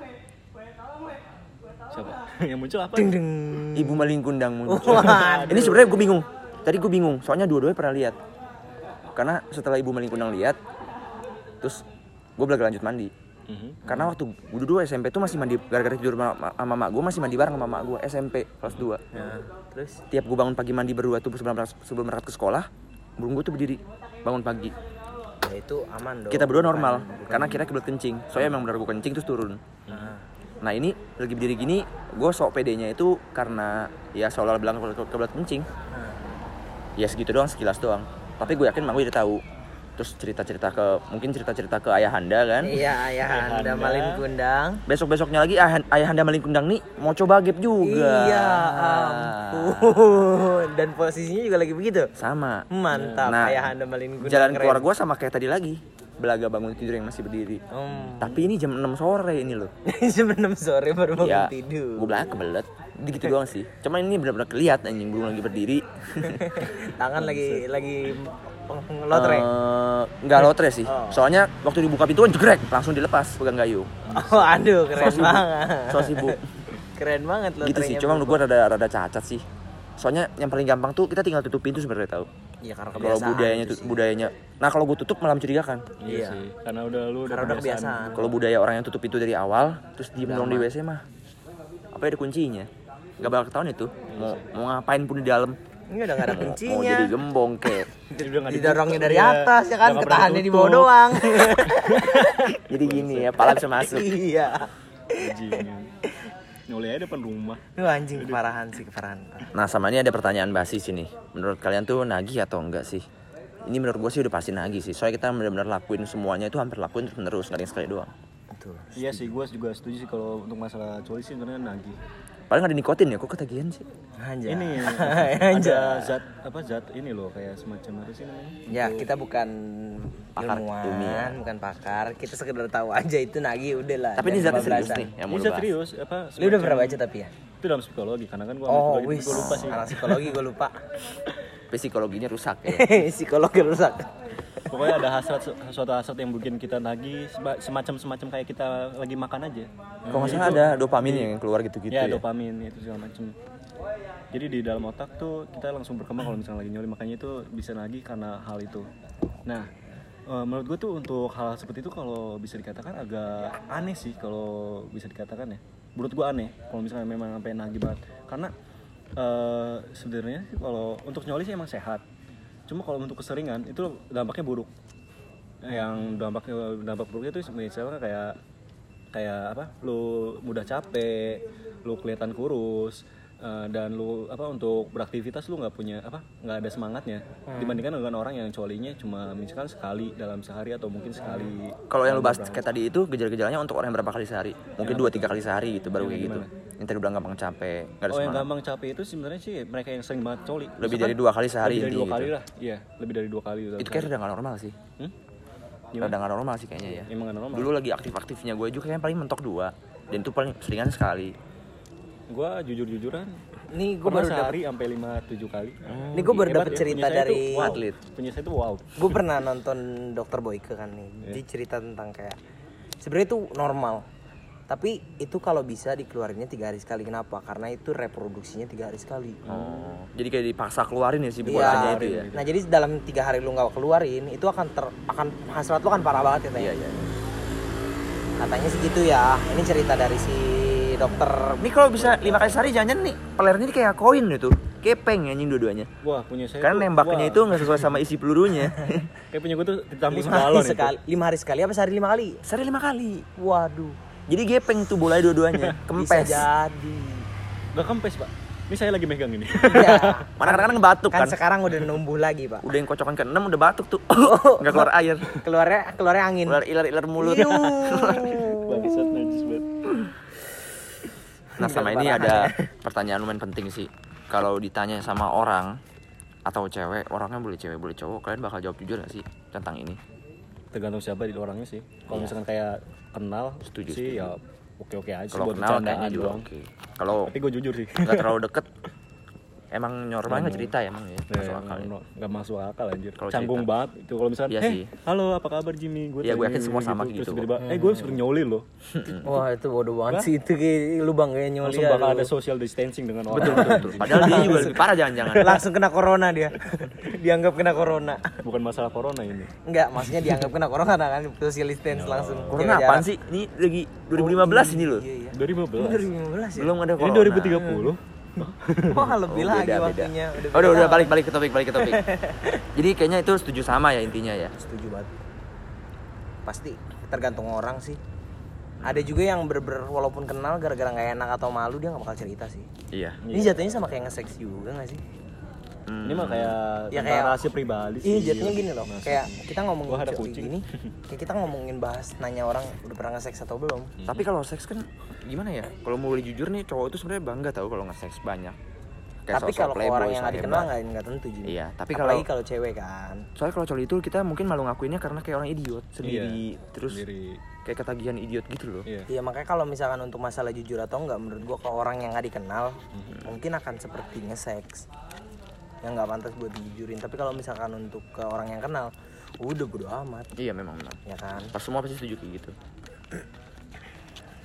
Siapa? Yang muncul apa? Ding ding. Ibu Maling Kundang muncul. Waduh. Ini sebenarnya gue bingung. Tadi gue bingung, soalnya dua-duanya pernah lihat. Karena setelah Ibu Maling Kundang lihat, terus gue belajar lanjut mandi. Karena waktu gue dulu SMP tuh masih mandi gara-gara tidur sama mak gue, masih mandi bareng sama mak gue SMP kelas 2. Nah, terus. Tiap gue bangun pagi mandi berdua tuh sebelum berangkat ke sekolah, burung gue tuh berdiri bangun pagi. Ya itu aman dong. Kita berdua normal Bukan- karena kira kebelet kencing. Soalnya emang benar gue kencing terus turun. Nah, Nah ini lagi berdiri gini, gue sok pedenya itu karena ya seolah bilang kebelet kencing. Ya segitu doang, sekilas doang. Tapi gue yakin mak gue udah tahu. Terus cerita-cerita ke ayahanda kan. iya, ayahanda Ayahanda. Malin Kundang. Besok-besoknya lagi ayahanda Maling Kundang nih mau coba gap juga. Iya, ampun. Dan posisinya juga lagi begitu. Sama. Mantap, Nah, ayahanda Malin Kundang. Jalan keren. keluar gue sama kayak tadi lagi. Belaga bangun tidur yang masih berdiri. Tapi ini jam 6 sore ini loh. Jam 6 sore baru bangun Ya, tidur. gue bilang kebelet. Gitu doang sih. Cuman ini benar-benar kelihatan anjing burung lagi berdiri. Tangan lagi lotre. Enggak lotre sih. Oh. Soalnya waktu dibuka pintu kan jegrek, langsung dilepas pegang gayung. Oh, aduh, keren banget. So sibuk. Keren banget Gitu sih, cuma menurut gue rada cacat sih. Soalnya yang paling gampang tuh kita tinggal tutup pintu sebenarnya tahu. Iya karena Kalau kebiasaan. budayanya. Nah, kalau gue tutup malah mencurigakan. Iya sih, karena udah Kebiasaan. Kalau budaya orang yang tutup pintu dari awal terus diem dong di WC mah. Apa ada kuncinya? Gak bakal ketahuan itu. Mau ngapain pun di dalam. Ini udah gak ada Mau kuncinya. jadi gembong kek. Didorongnya dari atas ya kan, ketahannya di bawah doang. Jadi gini ya, pala bisa masuk. Iya. Nyoleh aja depan rumah. Itu anjing keparahan. Nah, sama ini ada pertanyaan basi sini. Menurut kalian tuh nagih atau enggak sih? Ini menurut gue sih udah pasti nagih sih. Soalnya kita benar-benar lakuin semuanya itu hampir lakuin terus, nggak ada yang sekali doang. Betul. Iya sih, gue juga setuju sih kalau untuk masalah coli sih sebenarnya nagih. Paling ada nikotin ya, kok ketagihan sih? Anjay. Ini Anjay. ada zat ini loh kayak semacam apa sih namanya? Ya kita bukan Pakar ilmuwan, ilmiah. bukan pakar. Kita sekedar tahu aja itu nagih udah lah. Tapi ini zatnya serius nih yang mau Ini lu bahas. serius apa? Lu udah pernah baca tapi ya? Itu dalam psikologi karena kan gue Wis. lupa sih. Anak psikologi gue lupa. Tapi psikologinya rusak ya. Psikologi rusak. Pokoknya ada suatu hasrat yang bikin kita nagih semacam kayak kita lagi makan aja. Kalau nggak salah ada dopamin yang keluar gitu-gitu ya. Dopamin itu segala macam. Jadi di dalam otak tuh kita langsung berkembang kalau misalnya lagi nyoli, makanya itu bisa nagih karena hal itu. Nah, menurut gue tuh untuk hal seperti itu kalau bisa dikatakan agak aneh sih kalau bisa dikatakan ya. Menurut gue aneh kalau misalnya memang sampai nagih banget. Karena sebenarnya sih kalau untuk nyoli sih emang sehat. Cuma kalau untuk keseringan itu dampaknya buruk. Yang dampak buruknya itu misalnya kayak apa? Lu mudah capek, lu kelihatan kurus, dan lu untuk beraktivitas lu nggak ada semangatnya dibandingkan dengan orang yang colinya cuma misalkan sekali dalam sehari atau mungkin sekali. Kalau yang lu bahas kayak tadi itu gejala-gejalanya untuk orang yang berapa kali sehari? Mungkin 2-3 kali sehari gitu baru kayak gitu. Yang tadi udah gampang capek, nggak ada Yang semangat. gampang capek itu sebenarnya sih mereka yang sering banget coli. Lebih dari 2 kali sehari Lebih dari 2 kali gitu. lah. Iya, lebih dari 2 kali. Itu kayak udah nggak normal sih. Udah nggak normal sih kayaknya ya. Emang nggak normal. Dulu lagi aktif-aktifnya gue juga kayaknya paling mentok 2 dan itu paling seringan sekali. Gue jujur-jujuran Nih gue pernah baru sehari sampai 5-7 kali. Nih gue baru Hebat dapet ya, cerita punya saya dari tuh wow. atlet. Punya saya tuh wow. gue pernah nonton Dokter Boyke kan nih. Dia cerita tentang kayak sebenarnya itu normal. Tapi itu kalau bisa dikeluarinnya 3 hari sekali. Kenapa? Karena itu reproduksinya 3 hari sekali. Oh, jadi kayak dipaksa keluarin ya si Iya. bolanya itu ya. Nah jadi dalam 3 hari lu nggak keluarin itu akan hasrat lu kan parah banget ya. Iya. Katanya sih gitu ya. Ini cerita dari si dokter. Ini kalau bisa 5 kali sehari jangan nih pelernya ini kayak koin itu. Kepeng anjing dua-duanya. Wah, punya saya Karena tuh, nembaknya itu nggak sesuai sama isi pelurunya. kayak punya gue tuh ditambah 5 hari segalon itu. sekali. 5 hari sekali apa sehari 5 kali? Sehari 5 kali. Waduh. Jadi gepeng tuh bolanya dua-duanya. Bisa Kempes. jadi. Gak kempes, Pak. Ini saya lagi megang ini. Ya. Mana kadang-kadang ngebatuk Kan kan. sekarang udah numbuh lagi, Pak. Udah yang kocokan ke-6 udah batuk tuh. Nggak keluar air. Keluarnya angin. Keluar iler-iler mulut. Iu. Bangsat najis banget. Nah sama ini ada pertanyaan lumayan penting sih. Kalau ditanya sama orang atau cewek, orangnya boleh cewek boleh cowok, kalian bakal jawab jujur gak sih tentang ini? Tergantung siapa di orangnya sih. Kalau misalkan kayak kenal Setuju, sih setuju. ya oke-oke aja sih Kalau buat kenal bercandaan kayaknya juga doang. oke. Kalau Tapi gue jujur sih. nggak terlalu deket, emang normal nggak cerita emang ya masuk akal ya. Gak masuk akal anjir. Kalau Canggung cerita. banget itu kalau misalkan Iya sih. halo apa kabar Jimmy? Iya, gue yakin semua sama gitu. Terus tiba-tiba gue sering nyolil loh. Wah, itu bodoh banget sih itu kayak lu bang kayak nyoli. Langsung bakal ada social distancing dengan orang. Betul. Padahal dia juga lebih parah jangan-jangan. Langsung kena corona dia. Dianggap kena corona. Bukan masalah corona ini. Enggak, maksudnya dianggap kena corona kan social distance langsung. Corona Jaga apaan jarak. sih? Ini lagi 2015 ini loh. Iya, iya. 2015. 2015 ya. Belum ada Ini corona. 2030. Wah, lebih lagi beda. waktunya. Udah balik ke topik. Jadi kayaknya itu setuju sama ya intinya ya. Setuju banget. Pasti tergantung orang sih. Ada juga yang walaupun kenal gara-gara nggak enak atau malu dia nggak bakal cerita sih. Iya. Ini jatuhnya sama kayak nge-sex juga nggak sih? Ini mah kayak Ya, tentang kayak- rahasia pribadi sih. Iya jatuhnya gini loh. Kayak kita ngomongin Wah, ada cowok kucing. gini, kayak kita ngomongin bahas nanya orang udah pernah nge-sex atau belum. Tapi kalau seks kan gimana ya? Kalau mau boleh jujur nih cowok itu sebenarnya bangga tahu kalau nge-seks banyak. Kayak Tapi sosok kalau ke playboy, orang yang nggak sok dikenal hebat. nggak tentu juga. Iya, tapi apalagi kalau cewek kan. Soalnya kalau cowok itu kita mungkin malu ngakuinnya karena kayak orang idiot sendiri, terus Sendiri. kayak ketagihan idiot gitu loh. Iya. Iya makanya kalau misalkan untuk masalah jujur atau enggak menurut gua ke orang yang nggak dikenal mungkin akan seperti nge-sex yang nggak pantas buat dijujurin. Tapi kalau misalkan untuk ke orang yang kenal udah bodo amat Iya memang benar. ya kan. Pas semua pasti setuju kayak gitu.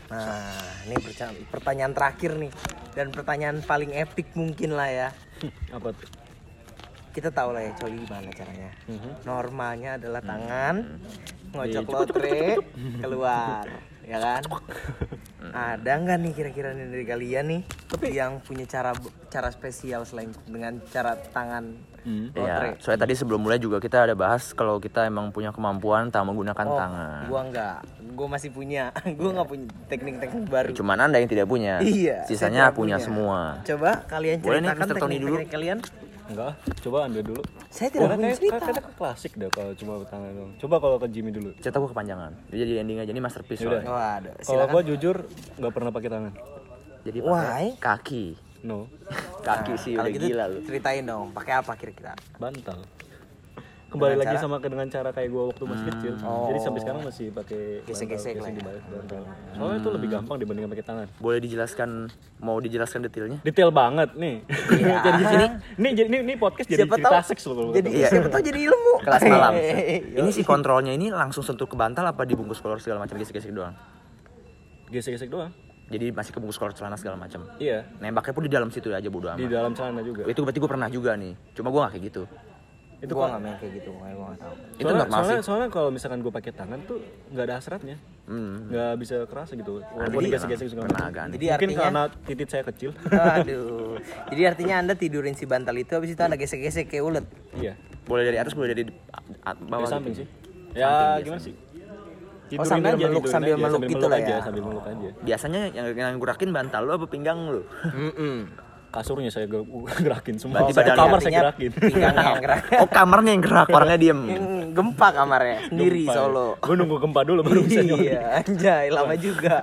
Nah, ini pertanyaan terakhir nih, dan pertanyaan paling epic mungkin lah ya. Apa tuh? Kita tahu lah ya coli gimana caranya. Normalnya adalah tangan ngocok Cuk, lotre keluar, ya kan? Ada nggak nih kira-kira nih dari kalian nih yang punya cara spesial selain dengan cara tangan lotre? Ya, soalnya tadi sebelum mulai juga kita ada bahas kalau kita emang punya kemampuan tak menggunakan tangan. Gua enggak, gua masih punya. Gua nggak punya teknik-teknik baru. Cuman Anda yang tidak punya. Iya, Sisanya saya tidak punya punya. semua. Coba kalian Boleh nih, ceritakan Mr. Tony dulu. teknik-teknik kalian. Enggak, coba Anda dulu. Saya tidak punya cerita. Kayaknya klasik deh kalau cuma tangan dong. Coba kalau ke Jimmy dulu. Cerita gue kepanjangan. Dia jadi ending aja, ini masterpiece Yaudah. soalnya. Waduh, Kalau silakan. gua jujur nggak pernah pakai tangan. Jadi Why? pakai kaki. No, Kaki sih Kalau udah gitu gila lu. ceritain dong, pakai apa kira-kira? bantal. Kembali Dengan lagi cara? sama dengan cara kayak gua waktu masih kecil. Jadi sampai sekarang masih pakai Gesek-gesek bantal, lah ya. di balik bantal. Soalnya itu lebih gampang dibandingkan pakai tangan. Boleh dijelaskan, mau dijelaskan detailnya? Detail banget nih. Iya. Jadi ini podcast jadi Siapa cerita tahu seks loh. jadi Iya. siapa tahu jadi ilmu. Kelas malam. Yo. Ini si kontrolnya ini langsung sentuh ke bantal apa dibungkus kolor segala macam gesek-gesek doang? Gesek-gesek doang. Jadi masih kebungkus kolor celana segala macam. Iya. Nembaknya pun di dalam situ aja bodo Di amat. dalam celana juga. Itu berarti gue pernah juga nih. Cuma gue gak kayak gitu. Itu Gua kok nggak main kayak gitu, makanya gua nggak tahu. Itu normal sih. soalnya kalau misalkan gue pakai tangan tuh nggak ada hasratnya, nggak bisa kerasa gitu. Walaupun Jadi digesek-gesek juga pernah nggak. agak aneh. Jadi Mungkin artinya, karena titik saya kecil. aduh. Jadi artinya Anda tidurin si bantal itu, habis itu Anda gesek-gesek kayak ulet. Iya. Boleh dari atas, boleh dari bawah. Dari samping gitu. sih. Ya biasa. gimana sih? sambil meluk, sambil meluk gitu lah ya. Sambil meluk aja. Biasanya yang gerakin bantal lu apa pinggang lu? Kasurnya saya gerakin semua. Berarti badan Kamar artinya saya gerakin. pinggangnya yang gerak. Oh, kamarnya yang gerak, orangnya diem. Yang gempa kamarnya sendiri Solo. Gue nunggu gempa dulu baru bisa nyolong. Iya, anjay, lama juga.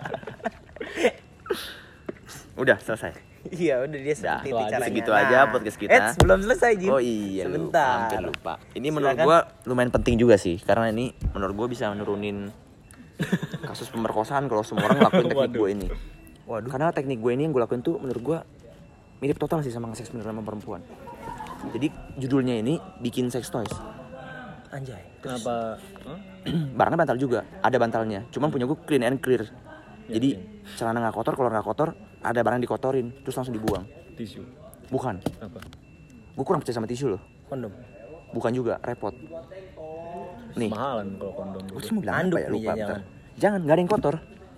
Udah selesai. Iya, udah dia seperti itu itu aja, caranya. segitu aja podcast kita. Belum selesai, Jim. Oh iya, sebentar. hampir lupa. Ini menurut Silakan. gua lumayan penting juga sih, karena ini menurut gua bisa nurunin kasus pemerkosaan kalau semua orang ngelakuin teknik Waduh. gue ini. Waduh. Karena teknik gue ini yang gue lakuin tuh menurut gue mirip total sih sama nge-seks beneran sama perempuan. Jadi judulnya ini bikin sex toys. Anjay. Kenapa? Hah? Barangnya bantal juga, ada bantalnya. Cuman punya gue clean and clear. Jadi celana nggak kotor, kalau nggak kotor ada barang dikotorin, terus langsung dibuang. Tisu. Bukan, Apa? gue kurang percaya sama tisu loh. Kondom. Bukan juga, repot. Nih, Mahalan kalau kondom. gue sih mau bilang Handuk apa ya, nih, lupa. jangan. bentar. Jangan, nggak ada yang kotor.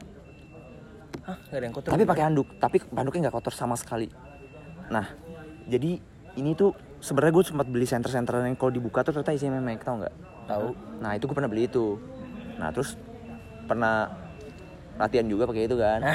Hah, enggak ada yang kotor. Tapi pakai handuk, tapi handuknya nggak kotor sama sekali. Nah, jadi ini tuh sebenarnya gue sempat beli senter-senter yang kalau dibuka tuh ternyata isinya memek, tau nggak? tahu. Nah itu gue pernah beli itu. Nah terus pernah latihan juga pakai itu kan.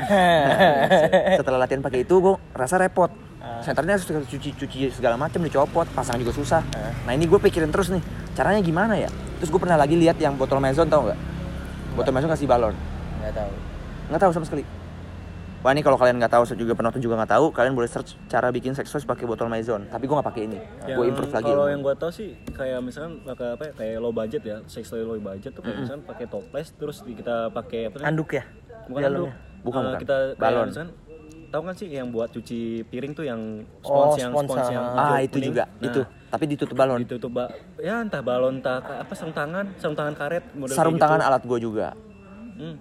Setelah latihan pakai itu gue rasa repot. Senternya harus cuci segala macam, dicopot, pasang juga susah. Nah ini gue pikirin terus nih, caranya gimana ya? Terus gue pernah lagi lihat yang botol Maison, tau nggak? Botol Maison kasih balon. Enggak tahu. Nggak tahu sama sekali. Wah ini kalau kalian nggak tahu, juga penonton juga nggak tahu, kalian boleh search cara bikin sex toys pakai botol Maison. Tapi gue nggak pakai ini. Gue improve lagi. Kalau yang gue tau sih kayak misalkan pakai apa ya, kayak low budget ya, sex toy low budget tuh kayak misalkan pakai toples terus kita pakai apa namanya? Handuk ya? Bukan Dalamnya. handuk. Bukan, bukan. Kita Balon. misalkan tahu kan sih yang buat cuci piring tuh yang Oh, spons spons, yang Ah hijau, itu kuning. juga, Nah, itu. Tapi ditutup balon. ditutup ya entah balon entah apa sarung tangan karet model Sarung kayak tangan gitu. alat gue juga. Hmm.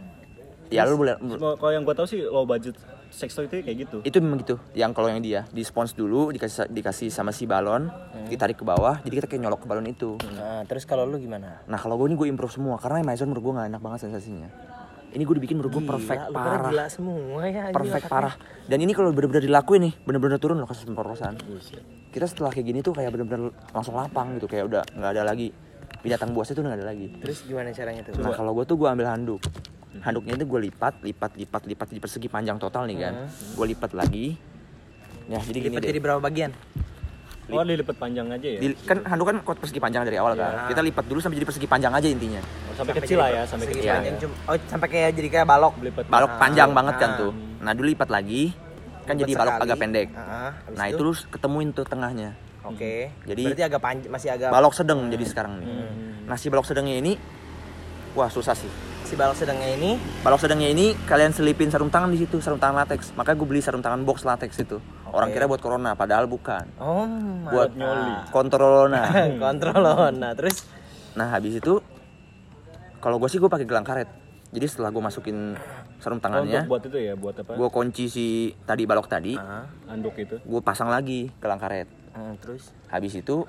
Ya lu boleh. Kalau yang gue tau sih low budget sex toy itu kayak gitu. Itu memang gitu. Yang kalau yang dia di spons dulu dikasih sama si balon, ditarik ke bawah, jadi kita kayak nyolok ke balon itu. Nah, terus kalau lu gimana? Nah kalau gue ini gue improve semua karena Maison menurut gue nggak enak banget sensasinya. Ini gue dibikin menurut gue perfect Lu pada parah, gila semua ya. anjing perfect otaknya. parah. Dan ini kalau bener-bener dilakuin nih, bener-bener turun loh kasus pemerkosaan. Kita setelah kayak gini tuh kayak bener-bener langsung lapang gitu, kayak udah nggak ada lagi binatang buas itu udah nggak ada lagi. Terus gimana caranya tuh? Nah kalau gue tuh gue ambil handuk. Handuknya itu gue lipat di persegi panjang total nih kan. Gue lipat lagi. Ya jadi gini Lipat deh. jadi berapa bagian? Oh dilipat panjang aja ya. Kan handuk kan persegi panjang dari awal kan. Kita lipat dulu sampai jadi persegi panjang aja intinya. Oh, sampai kecil lah ya, sampai Segi kecil. panjang Ya. oh, sampai kayak jadi kayak balok. Lipat Balok panjang banget kan ah. tuh. Nah dulu lipat lagi. Kan Lipat jadi balok sekali. agak pendek. Habis Nah itu terus ketemuin tuh tengahnya. Oke. Jadi berarti agak masih agak Balok sedang jadi sekarang nih. Nah si balok sedangnya ini, wah susah sih. si balok sedangnya ini. Balok sedangnya ini kalian selipin sarung tangan di situ, sarung tangan latex. Makanya gue beli sarung tangan box latex itu. Orang kira buat corona, padahal bukan. Oh, Buat nyoli. kontrolona. kontrol. Nah, terus Nah habis itu, kalau gue sih gue pakai gelang karet. Jadi setelah gue masukin sarung Oh, tangannya. untuk buat itu ya, buat apa? Gue kunci si tadi balok tadi. Anduk itu. Gue pasang lagi ke lang karet. Terus Habis itu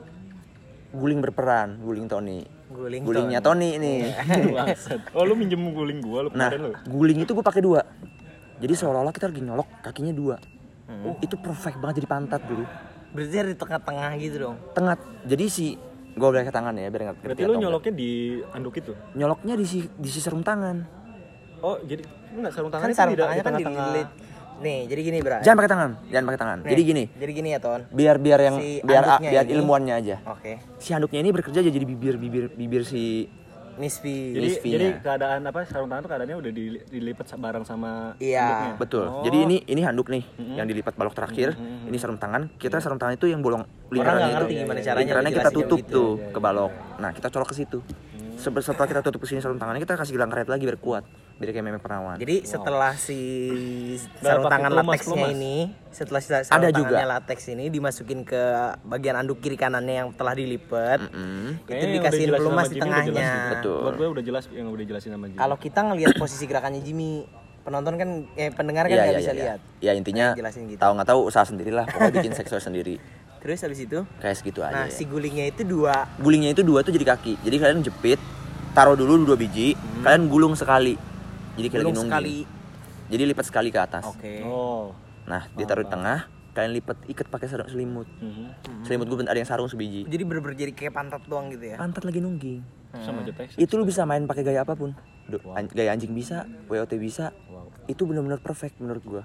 guling berperan, guling Tony. guling Gulingnya Tony nih. Bangsat. Oh, lu minjem guling gua lu Nah, kemarin lu. guling itu gue pakai 2. Jadi seolah-olah kita lagi nyolok kakinya 2. Itu perfect banget jadi pantat dulu. berarti ada di tengah-tengah gitu dong. Tengah. Jadi si gue balik ke tangan ya biar nggak Berarti lu nyoloknya di anduk itu. nyoloknya di si sarung tangan. Oh, jadi enggak sarung Kan tangannya sarung di tangannya kan tengah-tengah. dililit. Nih, jadi gini, Bra. Jangan pakai tangan. Nih, Jadi gini. Jadi gini ya, Ton. Biar yang Si biar anduknya ini- ilmuannya aja. Oke. Si handuknya ini bekerja aja jadi bibir si Misfi. Jadi Misfi-nya. keadaan apa sarung tangan tuh keadaannya udah dilipat bareng sama Iya. anduknya. betul. Oh. Jadi ini handuk nih yang dilipat balok terakhir. Ini sarung tangan. Kita sarung tangan itu yang bolong Orang nggak lingkarannya ngerti itu. gimana caranya. Lingkarannya kita dijelasin tutup gitu. tuh ke balok. Nah, kita colok ke situ. Setelah kita tutup ke sini sarung tangannya, kita kasih gelang karet lagi biar kuat. Biar kayak Memek Perawan. Jadi setelah si Nggak sarung pakai tangan pelumas, lateksnya pelumas. ini, setelah si sarung Ada tangannya juga. lateks ini dimasukin ke bagian anduk kiri kanannya yang telah dilipat, itu Kayaknya yang udah dikasihin jelasin pelumas sama di Jimmy udah jelas tengahnya. gitu. Betul. Buat gue udah jelas yang udah jelasin sama Jimmy. Kalau kita ngelihat posisi gerakannya Jimmy, penonton kan, pendengar kan nggak bisa lihat. Ya intinya Jelasin gitu. tahu nggak tahu usaha sendirilah. Pokoknya bikin seksual sendiri. Terus habis itu, Kayak segitu aja. nah Ya. si gulingnya itu 2. Gulingnya itu 2 tuh jadi kaki. Jadi kalian jepit, taruh dulu 2 biji, kalian gulung sekali. Jadi kayak lagi Belum nungging. sekali. Jadi lipat sekali ke atas. Oke. Oh. Nah, ditaruh di tengah, kalian lipat ikat pakai selimut. Mhm. Selimut gue ada yang sarung sebiji. Jadi bener-bener jadi kayak pantat doang gitu ya. Pantat lagi nungging. Sama aja teks. Itu lu bisa main pakai gaya apapun. Gaya anjing bisa, WOT bisa. Wow. Itu benar-benar perfect menurut gua.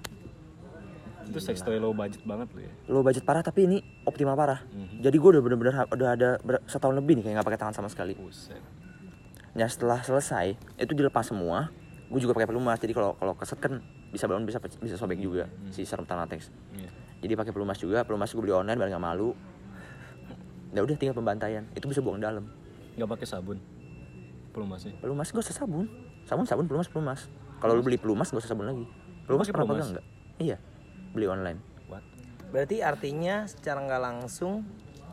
Itu sex toy low budget banget lu ya. Low budget parah tapi ini optimal parah. Jadi gua udah bener-bener udah ada setahun lebih nih kayak nggak pakai tangan sama sekali. Buset. Nah setelah selesai itu dilepas semua. Gue juga pakai pelumas. Jadi kalau keset kan bisa balon bisa sobek juga si sarung tangan latex. Iya. Jadi pakai pelumas juga. Pelumas gue beli online biar nggak malu. Ya udah tinggal pembantaian. Itu bisa buang dalam. Nggak pakai sabun. Pelumasnya. Pelumas gak usah sabun. Sabun pelumas. Kalau lu beli pelumas gak usah sabun lagi. Pelumas Pakai pernah pelumas? pegang nggak? Iya. Beli online. What? Berarti artinya secara nggak langsung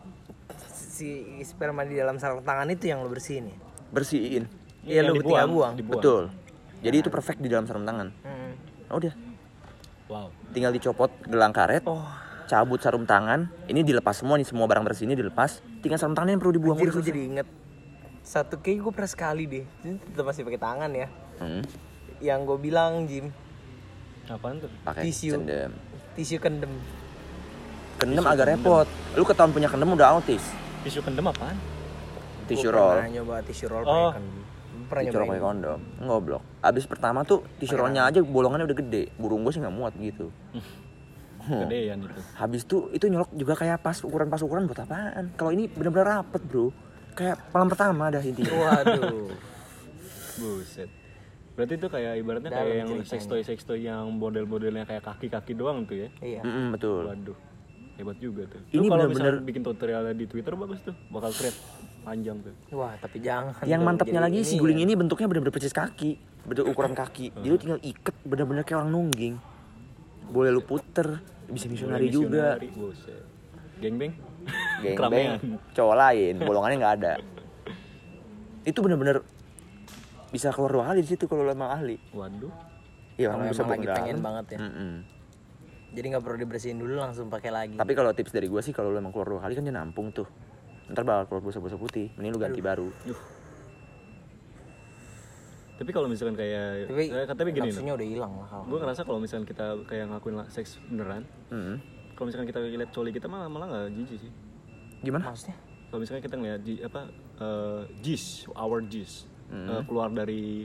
si sperma di dalam sarung tangan itu yang lo bersihin ya? Bersihin. Iya, yang lu tinggal buang. Betul. Jadi itu perfect di dalam sarung tangan. Udah. Wow. Tinggal dicopot gelang karet. Oh, Cabut sarung tangan. Ini dilepas semua nih, semua barang bersih ini dilepas. Tinggal sarung tangan yang perlu dibuang. anjir udah gue selesai. jadi inget satu kayak gue pernah sekali deh. Ini tetap masih pakai tangan ya. Yang gue bilang Jim, Apaan tuh? Pakai Tisu. kendem. tisu kendem. Kendem agak repot. Lu ketahuan punya kendem udah autis. Tisu kendem apaan? Tisu Gua roll. Pernah nyoba tisu roll Oh. pakai kendem. Pernah Tisu roll nyobain. pakai kondom. Ngoblok. Abis pertama tuh tisu rollnya aja bolongannya udah gede. Burung gue sih nggak muat gitu. Gedean itu. Habis tuh itu nyolok juga kayak pas ukuran buat apaan? Kalau ini benar-benar rapet bro. Kayak malam pertama dah intinya. Waduh. Buset. Berarti itu kayak ibaratnya Dalam kayak yang ceritanya. sex toy yang model-modelnya kayak kaki-kaki doang tuh ya. Iya. Betul. Waduh. Hebat juga tuh. Ini Lu kalau bener-bener- misalnya bikin tutorialnya di Twitter bagus tuh. Bakal thread panjang tuh. Wah, tapi jangan. Yang dong. mantapnya Jadi lagi si ini guling ya. ini bentuknya benar-benar persis kaki, bentuk ukuran kaki. Jadi lu tinggal iket benar-benar kayak orang nungging. Boleh lu puter, bisa misionari juga. Misionari, buset. Gengbeng. Geng Keramaian. cowok lain, bolongannya nggak ada. Itu benar-benar bisa keluar 2 kali di situ kalau lu emang ahli. Waduh. Iya, Kalau orang bisa emang lagi buang pengen dalam. banget ya. Jadi nggak perlu dibersihin dulu, langsung pakai lagi. Tapi kalau tips dari gue sih kalau lu emang keluar 2 kali kan dia nampung tuh. Ntar bakal keluar busa-busa putih. Mending lu ganti baru. Tapi kalau misalkan kayak Tapi katanya gini nafsunya udah hilang lah kalau. gue ngerasa kalau misalkan kita kayak ngakuin seks beneran, kalau misalkan kita lihat coli kita malah nggak jijik sih. Gimana? Maksudnya? Kalau misalkan kita ngeliat jizz, our jizz keluar dari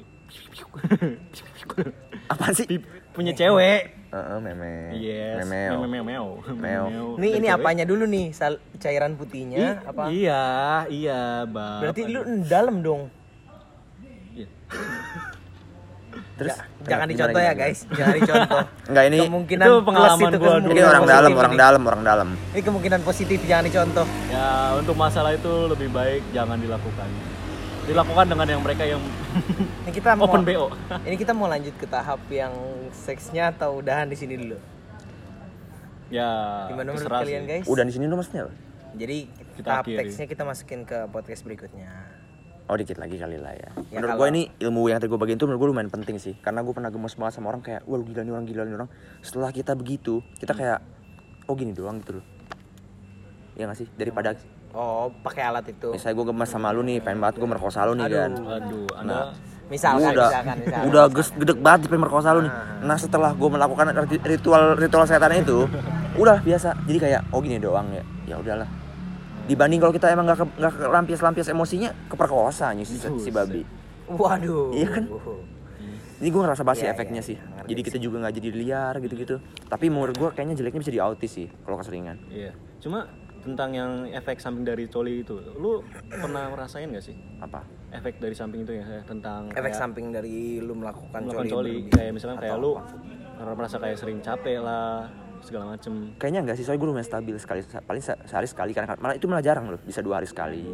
Apaan sih? punya cewek. Meme. Yes. Memeo. Meo. Ini apanya dulu nih? Cairan putihnya apa? Iya, Bang. Berarti lu dalam dong. Iya. Terus Jangan gimana, dicontoh ya gimana? guys, jangan dicontoh. Enggak ini Kemungkinan itu plus pengalaman itu, gua kemungkinan dulu. ini orang positif dalam, ini. orang dalam. Ini kemungkinan positif, jangan dicontoh. Ya, untuk masalah itu lebih baik jangan dilakukan. Dilakukan dengan yang mereka yang Ini kita mau open BO. Ini kita mau lanjut ke tahap yang seksnya atau udahan di sini dulu. Ya, Gimana menurut terserah kalian sih. guys? Udah di sini lu maksudnya apa? Jadi Kita tahap akhiri. teksnya kita masukin ke podcast berikutnya. Oh dikit lagi kali lah ya. Ya, Menurut kalau- gue ini ilmu yang tadi gue bagiin tuh menurut gue lumayan penting sih. Karena gue pernah gemes banget sama orang kayak, wah lu gila nih orang. Setelah kita begitu, kita kayak, oh gini doang gitu loh. Iya gak sih? Daripada Oh, pakai alat itu. misalnya gue gemes sama lu nih, pengen banget gue merkosa lu nih kan. Aduh, Anda Nah, Misalkan, Gua udah gedek banget pengen merkosa lu nih. Nah setelah gue melakukan ritual setan itu, udah biasa. Jadi kayak, oh gini doang ya. Ya udahlah. Dibanding kalau kita emang nggak lampias emosinya, keperkosa nih si babi. Waduh. Iya kan? Jadi gue ngerasa banget sih Iya, efeknya iya, sih. ngerti Jadi kita juga nggak jadi liar gitu-gitu. Tapi menurut gue kayaknya jeleknya bisa di autis sih kalau keseringan. Iya. Cuma tentang yang efek samping dari coli itu, lu pernah ngerasain gak sih? Apa? Efek dari samping itu ya, tentang Efek kayak samping dari lu melakukan melakukan coli. kayak misalkan kayak Atau lu apa? merasa kayak sering capek lah, segala macem. Kayaknya enggak sih, soalnya gue lumayan stabil sekali, paling sehari sekali, karena malah itu malah jarang loh, bisa 2 hari sekali.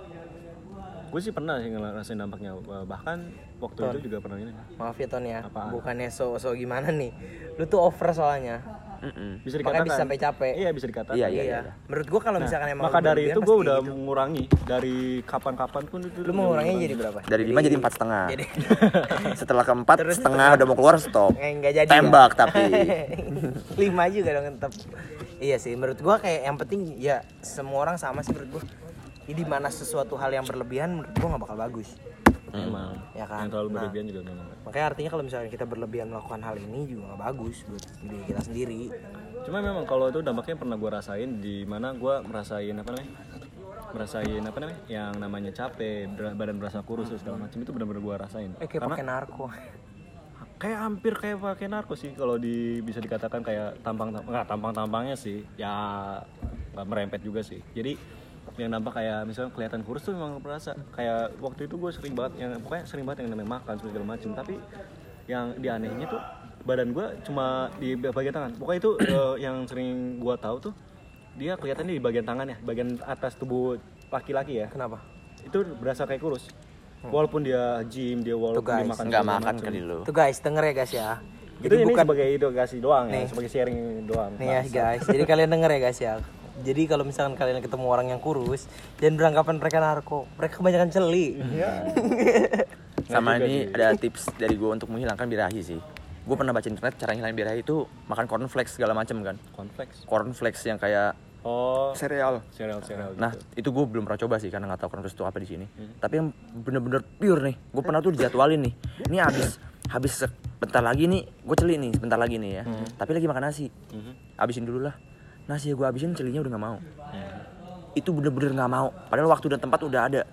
Gue sih pernah sih ngerasain dampaknya, bahkan waktu Ton. itu juga pernah ini. Maaf ya Ton ya. Apaan? Bukannya so gimana nih. Lu tuh over soalnya. Bisa Makanya dikatakan. bisa sampai capek. Iya bisa dikatakan. Iya. Menurut gua kalau misalkan emang Maka lu dari berlebihan itu gue pasti udah gitu. mengurangi dari kapan-kapan pun itu. Lu mengurangi jadi berapa? Dari 5 jadi 4,5. Jadi Setelah keempat Terus setengah udah mau keluar stop. enggak jadi. Tembak ya? tapi. 5 juga dong tetap. Iya sih, menurut gua kayak yang penting ya semua orang sama sih menurut gua. Di mana sesuatu hal yang berlebihan menurut gua nggak bakal bagus. Emang. Ya kan? Yang terlalu Nah. berlebihan juga memang. Makanya artinya kalau misalnya kita berlebihan melakukan hal ini juga nggak bagus buat diri kita sendiri. Cuma memang kalau itu dampaknya pernah gue rasain di mana gue merasain apa namanya yang namanya capek, badan berasa kurus terus segala macam itu benar-benar gue rasain. Kayak Karena pakai narko. kayak hampir kayak pakai narko sih kalau bisa dikatakan kayak tampangnya sih ya nggak merempet juga sih. Jadi yang nampak kayak misalnya kelihatan kurus tuh memang berasa kayak waktu itu gue sering banget yang namanya makan segala macam, tapi yang anehnya tuh badan gue cuma di bagian tangan. Pokoknya itu yang sering gue tahu tuh dia kelihatannya di bagian tangan ya, bagian atas tubuh laki-laki ya. Kenapa? Itu berasa kayak kurus. Walaupun dia gym, walaupun dia guys, makan Enggak segala makan macem. kali lu. Tuh guys, denger ya guys ya. Itu ini sebagai edukasi doang Nih. ya, sebagai sharing doang. Nih ya guys, jadi kalian denger ya guys ya. Jadi kalau misalkan kalian ketemu orang yang kurus, jangan beranggapan mereka narko. Mereka kebanyakan celi. Sama juga ini sih. ada tips dari gue untuk menghilangkan birahi sih. Gue pernah baca internet cara ngilangin birahi itu makan cornflakes segala macam kan. Cornflakes yang kayak Oh, sereal. cereal. Nah itu gue belum pernah coba sih karena nggak tahu cornflakes itu apa di sini. Tapi yang bener-bener pure nih, gue pernah tuh dijadwalin nih. Ini habis sebentar lagi nih, gue celi nih sebentar lagi nih ya. Tapi lagi makan nasi, habisin dulu lah. Nasi gue habisin, celinya udah nggak mau. Itu bener-bener nggak mau. Padahal waktu dan tempat udah ada.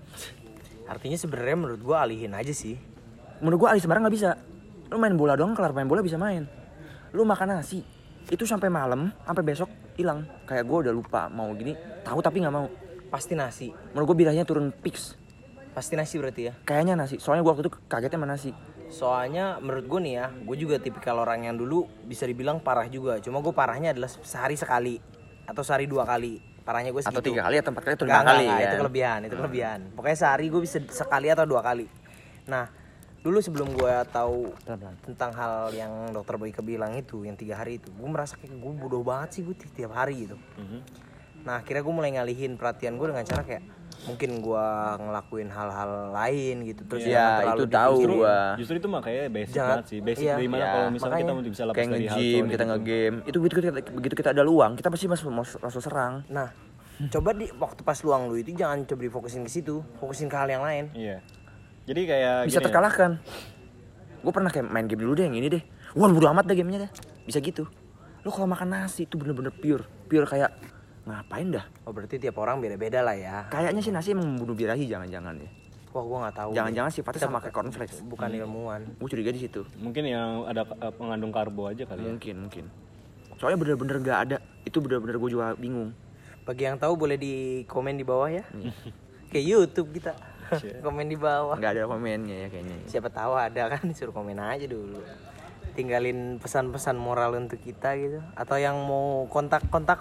Artinya sebenarnya menurut gua alihin aja sih. Menurut gue alih sembarang nggak bisa. Lu main bola doang, kelar main bola bisa main. Lu makan nasi, itu sampai malam, sampai besok hilang. Kayak gue udah lupa mau gini, tahu tapi nggak mau. Pasti nasi. Menurut gue birahinya turun fix. Pasti nasi berarti ya. Kayaknya nasi. Soalnya gue waktu itu kagetnya sama nasi. Soalnya menurut gue nih ya, gue juga tipikal orang yang dulu bisa dibilang parah juga. Cuma gue parahnya adalah sehari sekali atau sehari 2 kali. Parahnya gue segitu. Atau 3 kali atau 4 kali atau 5 Enggak, kali enggak, ya. itu kelebihan. Pokoknya sehari gue bisa sekali atau 2 kali. Nah, dulu sebelum gue tahu Pelan-pelan. tentang hal yang dokter Boyke bilang itu, yang 3 hari itu, gue merasa kayak gue bodoh banget sih gue tiap hari gitu. Nah, akhirnya gue mulai ngalihin perhatian gue dengan cara kayak mungkin gue ngelakuin hal-hal lain gitu. Terus Iya, jangan terlalu itu tahu dipikirin. gua. Justru itu makanya basic Jangan- banget sih. Basic iya. dari mana Iya, kalau misalnya kita makanya. bisa lepas Kayak dari hal nge-gym, coli kita gitu. nge-game. Itu begitu kita ada luang, kita pasti langsung serang. Nah, coba di waktu pas luang lu itu jangan coba difokusin ke situ, fokusin ke hal yang lain. Iya. Jadi kayak Bisa gini ya. terkalahkan. Gue pernah kayak main game dulu deh yang ini deh. Wah bodo amat deh gamenya dah. Bisa gitu. Lu kalau makan nasi itu bener-bener pure kayak ngapain dah. Oh, berarti tiap orang beda-beda lah ya. Kayaknya sih nasi emang membunuh birahi jangan-jangan ya. Wah, gua nggak tahu. Jangan-jangan deh. sifatnya Kita sama kayak cornflakes. bukan ilmuwan. Gue curiga di situ. Mungkin yang ada mengandung karbo aja kali ya. Mungkin. Soalnya bener-bener gak ada. Itu bener-bener gue juga bingung. Bagi yang tahu boleh di komen di bawah ya. Kayak YouTube kita. Komen di bawah. Gak ada komennya ya kayaknya. Siapa tahu ada kan, suruh komen aja dulu. Tinggalin pesan-pesan moral untuk kita gitu. Atau yang mau kontak.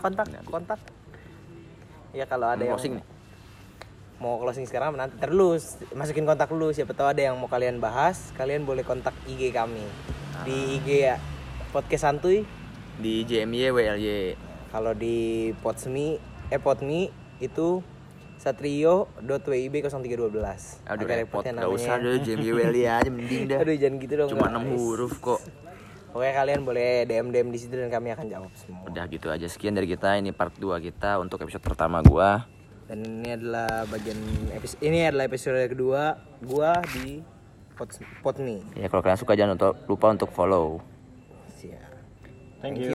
Ya kalau ada yang Closing nih. mau closing sekarang nanti terus masukin kontak dulu, siapa tahu ada yang mau kalian bahas, kalian boleh kontak IG kami di IG ya podcast santuy. Di JMY WLY. Kalau di Podme itu satrio.wib0312. Aduh Agak repot, repotnya gak usah namanya. deh Jamie Welly aja mending dah. Aduh jangan gitu dong. Cuma 6 guys. huruf kok. Oke, kalian boleh DM di situ dan kami akan jawab semua. Udah gitu aja, sekian dari kita. Ini part 2 kita untuk episode pertama gua. Dan ini adalah episode kedua gua di Potme. Ya kalau kalian suka jangan lupa untuk follow. Siap. Thank you.